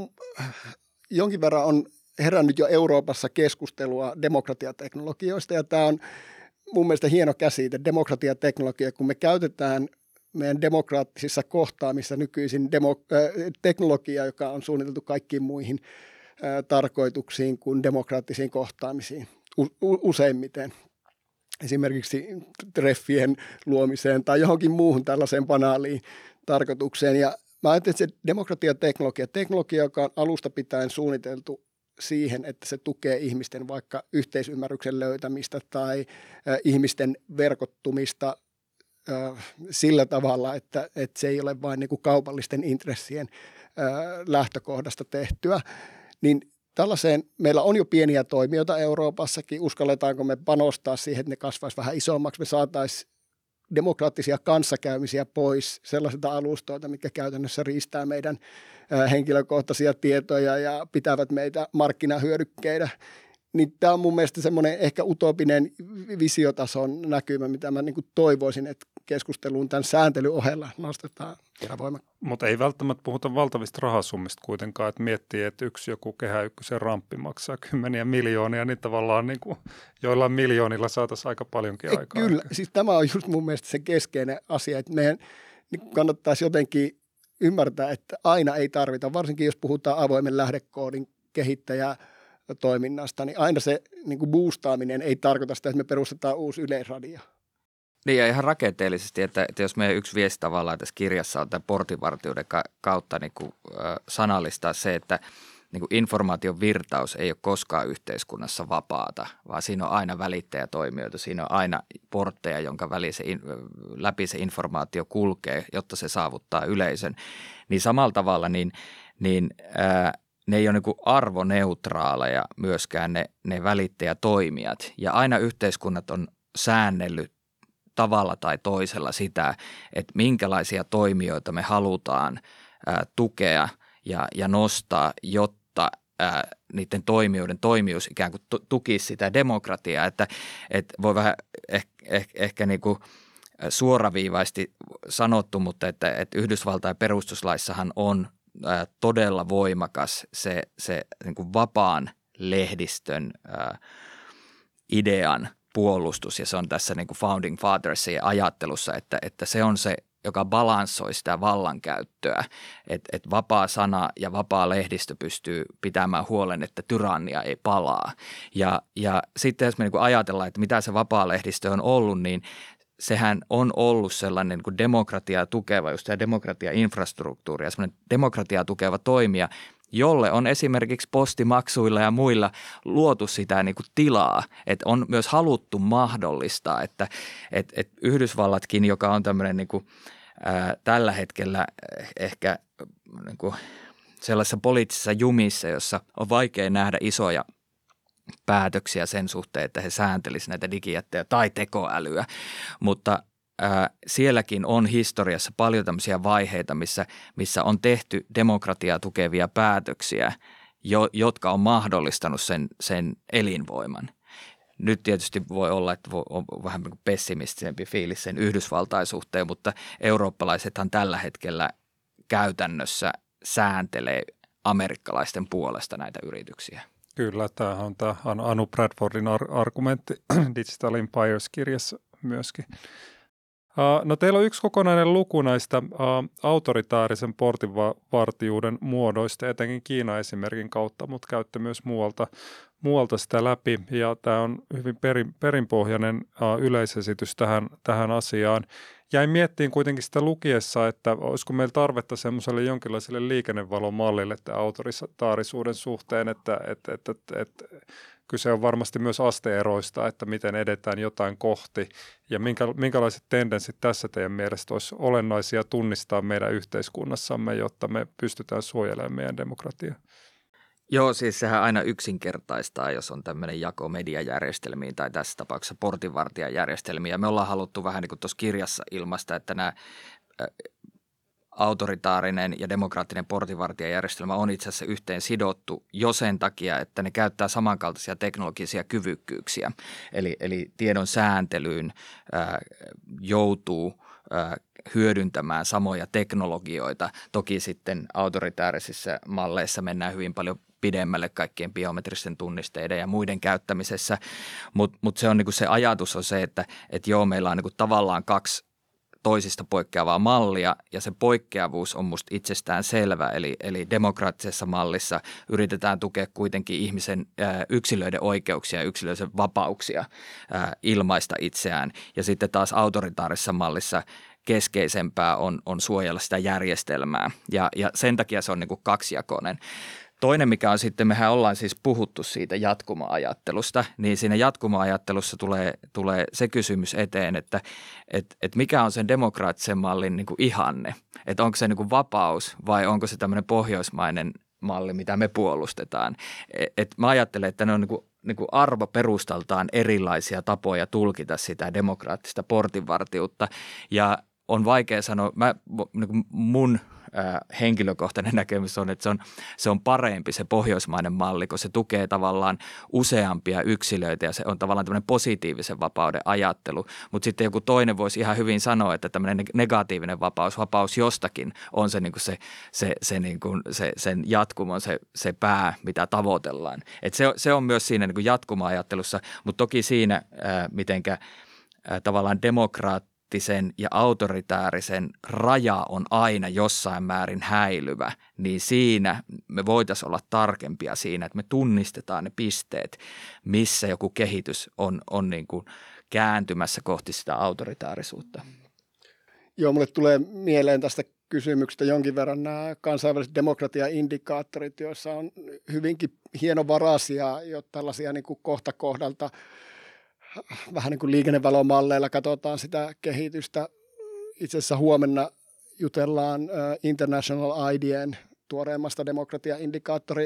jonkin verran on herännyt jo Euroopassa keskustelua demokratiateknologioista, ja tämä on mun mielestä hieno käsite, demokratiateknologia, kun me käytetään meidän demokraattisissa kohtaamissa nykyisin teknologiaa, joka on suunniteltu kaikkiin muihin tarkoituksiin kuin demokraattisiin kohtaamisiin useimmiten. Esimerkiksi treffien luomiseen tai johonkin muuhun tällaiseen banaaliin tarkoitukseen. Ja mä ajattelen, että se teknologia, joka on alusta pitäen suunniteltu siihen, että se tukee ihmisten vaikka yhteisymmärryksen löytämistä tai ihmisten verkottumista sillä tavalla, että se ei ole vain niin kuin kaupallisten intressien lähtökohdasta tehtyä, niin tällaiseen meillä on jo pieniä toimijoita Euroopassakin. Uskalletaanko me panostaa siihen, että ne kasvaisi vähän isommaksi, me saataisiin demokraattisia kanssakäymisiä pois sellaisilta alustoilta, mitkä käytännössä riistää meidän henkilökohtaisia tietoja ja pitävät meitä markkinahyödykkeinä. Niin tämä on mun mielestä semmoinen ehkä utopinen visiotason näkymä, mitä mä niin kuin toivoisin, että keskusteluun tämän sääntelyn ohella nostetaan vielä voimakkaasti. Mutta ei välttämättä puhuta valtavista rahasummista kuitenkaan, että miettii, että yksi joku Kehä Ykkösen ramppi maksaa 10 miljoonia, niin tavallaan niin kuin joillain miljoonilla saataisiin aika paljonkin aikaa. Kyllä, siis tämä on just mun mielestä se keskeinen asia, että meidän niin kannattaisi jotenkin ymmärtää, että aina ei tarvita, varsinkin jos puhutaan avoimen lähdekoodin kehittäjää toiminnasta, niin aina se niin kuin boostaaminen ei tarkoita sitä, että me perustetaan uusi Yleisradio. Niin ja ihan rakenteellisesti, että jos meidän yksi viesti tavallaan tässä kirjassa on tämän portinvartijuuden kautta niin kuin, sanallistaa se, että niin kuin informaation virtaus ei ole koskaan yhteiskunnassa vapaata, vaan siinä on aina välittäjätoimijoita, siinä on aina portteja, jonka läpi se informaatio kulkee, jotta se saavuttaa yleisön. Niin samalla tavalla ne ei ole niin kuin arvoneutraaleja myöskään ne välittäjätoimijat. Ja aina yhteiskunnat on säännellyt tavalla tai toisella sitä, että minkälaisia toimijoita me halutaan tukea ja nostaa, jotta niiden toimijoiden toimijuus ikään kuin tukisi sitä demokratiaa. Että voi vähän ehkä niin kuin suoraviivaisesti sanottu, mutta että Yhdysvaltain perustuslaissahan on todella voimakas se niin kuin vapaan lehdistön idean puolustus, ja se on tässä niin kuin Founding Fathersien ajattelussa, että se on se, joka balanssoi sitä vallankäyttöä, että vapaa sana ja vapaa lehdistö pystyy pitämään huolen, että tyrannia ei palaa. Ja sitten jos me niin kuin ajatellaan, että mitä se vapaa lehdistö on ollut, niin sehän on ollut sellainen niin kuin demokratiaa tukeva, just tämä demokratiainfrastruktuuri ja semmoinen demokratiaa tukeva toimija, jolle on esimerkiksi postimaksuilla ja muilla luotu sitä niin kuin tilaa, että on myös haluttu mahdollistaa, että Yhdysvallatkin, joka on tämmöinen niin kuin, tällä hetkellä ehkä niin kuin sellaisessa poliittisessa jumissa, jossa on vaikea nähdä isoja päätöksiä sen suhteen, että he sääntelisivät näitä digijättejä tai tekoälyä, mutta sielläkin on historiassa paljon tämmöisiä vaiheita, missä on tehty demokratiaa tukevia päätöksiä, jotka on mahdollistanut sen elinvoiman. nyt tietysti voi olla, että on vähän niin kuin pessimistisempi fiilis sen Yhdysvaltain suhteen, mutta eurooppalaisethan tällä hetkellä käytännössä sääntelee amerikkalaisten puolesta näitä yrityksiä. Kyllä, tämähän on tämä Anu Bradfordin argumentti Digital Empires-kirjassa myöskin. No teillä on yksi kokonainen luku näistä autoritaarisen portinvartijuuden muodoista, etenkin Kiinan esimerkin kautta, mutta käytte myös muualta sitä läpi. Ja tämä on hyvin perinpohjainen yleisesitys tähän asiaan. Jäin miettimään kuitenkin sitä lukiessa, että olisiko meillä tarvetta semmoiselle jonkinlaiselle liikennevalomallille tämän autoritaarisuuden suhteen, että kyse on varmasti myös asteeroista, että miten edetään jotain kohti ja minkälaiset tendenssit tässä teidän mielestä olisi olennaisia tunnistaa meidän yhteiskunnassamme, jotta me pystytään suojelemaan meidän demokratiaa. Joo, siis sehän aina yksinkertaistaa, jos on tämmöinen jako mediajärjestelmiin tai tässä tapauksessa portinvartijajärjestelmiä. Me ollaan haluttu vähän niin kuin tuossa kirjassa ilmaista, että nämä autoritaarinen ja demokraattinen portinvartijajärjestelmä on itse asiassa yhteen sidottu jo sen takia, että ne käyttää samankaltaisia teknologisia kyvykkyyksiä. Eli tiedon sääntelyyn joutuu hyödyntämään samoja teknologioita. Toki sitten autoritaarisissa malleissa mennään hyvin paljon pidemmälle kaikkien biometristen tunnisteiden ja muiden käyttämisessä, mutta se on niinku se ajatus on se, että joo, meillä on niinku tavallaan kaksi toisista poikkeavaa mallia ja se poikkeavuus on musta itsestään selvä. Eli demokraattisessa mallissa yritetään tukea kuitenkin ihmisen yksilöiden oikeuksia ja yksilöiden vapauksia ilmaista itseään. Ja sitten taas autoritaarisessa mallissa keskeisempää on suojella sitä järjestelmää ja sen takia se on niin kuin kaksijakoinen. Toinen, mikä on sitten, mehän ollaan siis puhuttu siitä jatkuma-ajattelusta, niin siinä jatkuma-ajattelussa tulee se kysymys eteen, että mikä on sen demokraattisen mallin niin kuin ihanne, että onko se niin kuin vapaus vai onko se tämmöinen pohjoismainen malli, mitä me puolustetaan. Mä ajattelen, että ne on niin kuin arvoperustaltaan erilaisia tapoja tulkita sitä demokraattista portinvartijuutta ja on vaikea sanoa, niin mun henkilökohtainen näkemys on, että se on parempi se pohjoismainen malli, kun se tukee tavallaan useampia yksilöitä ja se on tavallaan tämmöinen positiivisen vapauden ajattelu. Mutta sitten joku toinen voisi ihan hyvin sanoa, että tämmöinen negatiivinen vapaus jostakin on se, niin kuin sen jatkumon se pää, mitä tavoitellaan. Et se on myös siinä niin kuin jatkuma-ajattelussa, mutta toki siinä, mitenkä tavallaan demokraattisen ja autoritäärisen raja on aina jossain määrin häilyvä, niin siinä me voitaisiin olla tarkempia siinä, että me tunnistetaan ne pisteet, missä joku kehitys on niin kuin kääntymässä kohti sitä autoritaarisuutta. Joo, mulle tulee mieleen tästä kysymyksestä jonkin verran nämä kansainväliset demokratiaindikaattorit, joissa on hyvinkin hienovaraisia jo tällaisia niin kuin kohta kohdalta vähän niin kuin liikennevalomalleilla katsotaan sitä kehitystä. Itse asiassa huomenna jutellaan International IDN tuoreimmasta demokratiaindikaattori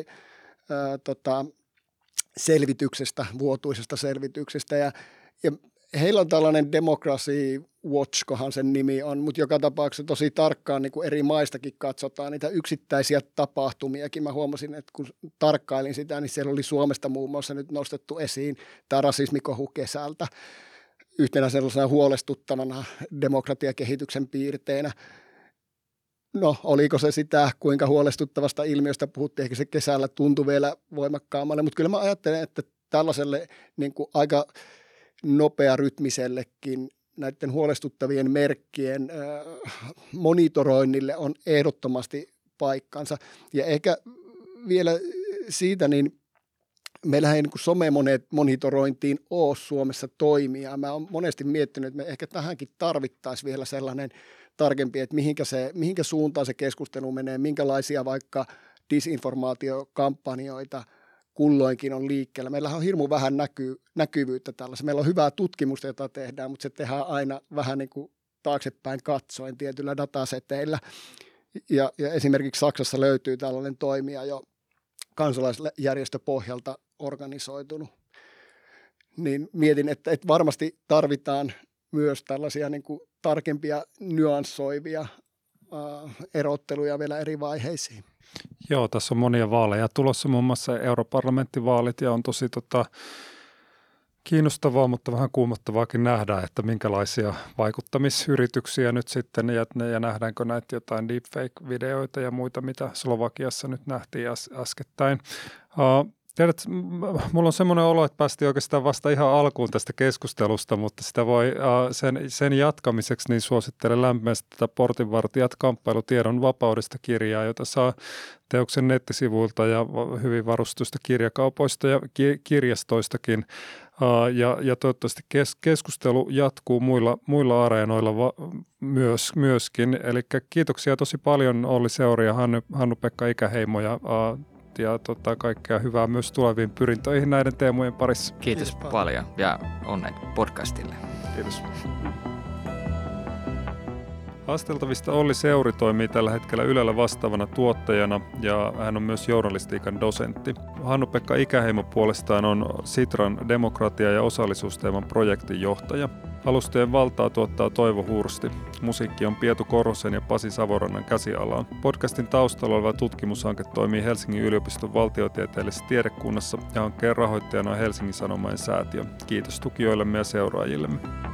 selvityksestä, vuotuisesta selvityksestä. Ja heillä on tällainen Democracy Watch, kohan sen nimi on, mutta joka tapauksessa tosi tarkkaan niin kuin eri maistakin katsotaan niitä yksittäisiä tapahtumiakin. Mä huomasin, että kun tarkkailin sitä, niin siellä oli Suomesta muun muassa nyt nostettu esiin tämä rasismikohu kesältä yhtenä sellaisena huolestuttavana demokratiakehityksen piirteenä. No, oliko se sitä, kuinka huolestuttavasta ilmiöstä puhuttiin, ehkä se kesällä tuntui vielä voimakkaammalle, mutta kyllä mä ajattelen, että tällaiselle niin kuin aika nopearytmisellekin näiden huolestuttavien merkkien monitoroinnille on ehdottomasti paikkansa. Ja ehkä vielä siitä, niin meillähän ei niin kuin somemonitorointiin ole Suomessa toimia. Mä oon monesti miettinyt, että me ehkä tähänkin tarvittaisiin vielä sellainen tarkempi, että mihinkä suuntaan se keskustelu menee, minkälaisia vaikka disinformaatiokampanjoita kulloinkin on liikkeellä. Meillähän on hirmu vähän näkyvyyttä tällaisessa. Meillä on hyvää tutkimusta, jota tehdään, mutta se tehdään aina vähän niin kuin taaksepäin katsoen tietyillä dataseteillä. Ja esimerkiksi Saksassa löytyy tällainen toimija jo kansalaisjärjestöpohjalta organisoitunut. Niin mietin, että varmasti tarvitaan myös tällaisia niin kuin tarkempia nyanssoivia erotteluja vielä eri vaiheisiin. Joo, tässä on monia vaaleja tulossa, muun muassa europarlamenttivaalit ja on tosi kiinnostavaa, mutta vähän kuumottavaakin nähdä, että minkälaisia vaikuttamisyrityksiä nyt sitten ja nähdäänkö näitä jotain deepfake-videoita ja muita, mitä Slovakiassa nyt nähtiin äskettäin. Tiedät, mulla on semmoinen olo, että päästiin oikeastaan vasta ihan alkuun tästä keskustelusta, mutta sitä voi sen jatkamiseksi niin suosittelen lämpimästi tätä Portinvartijat kamppailu tiedon vapaudesta -kirjaa, jota saa teoksen nettisivuilta ja hyvin varustusta kirjakaupoista ja kirjastoistakin. Ja toivottavasti keskustelu jatkuu muilla areenoilla myöskin. Eli kiitoksia tosi paljon Olli Seuri ja Hannu-Pekka Ikäheimo ja kaikkea hyvää myös tuleviin pyrintöihin näiden teemojen parissa. Kiitos paljon ja onnet podcastille. Kiitos. Haasteltavista Olli Seuri toimii tällä hetkellä Ylellä vastaavana tuottajana ja hän on myös journalistiikan dosentti. Hannu-Pekka Ikäheimo puolestaan on Sitran demokratia- ja osallisuusteeman projektinjohtaja. Alustojen valtaa tuottaa Toivo Hursti. Musiikki on Pietu Korhosen ja Pasi Savorannan käsialaa. Podcastin taustalla oleva tutkimushanke toimii Helsingin yliopiston valtiotieteellisessä tiedekunnassa ja hankkeen rahoittajana on Helsingin Sanomain säätiö. Kiitos tukijoillemme ja seuraajillemme.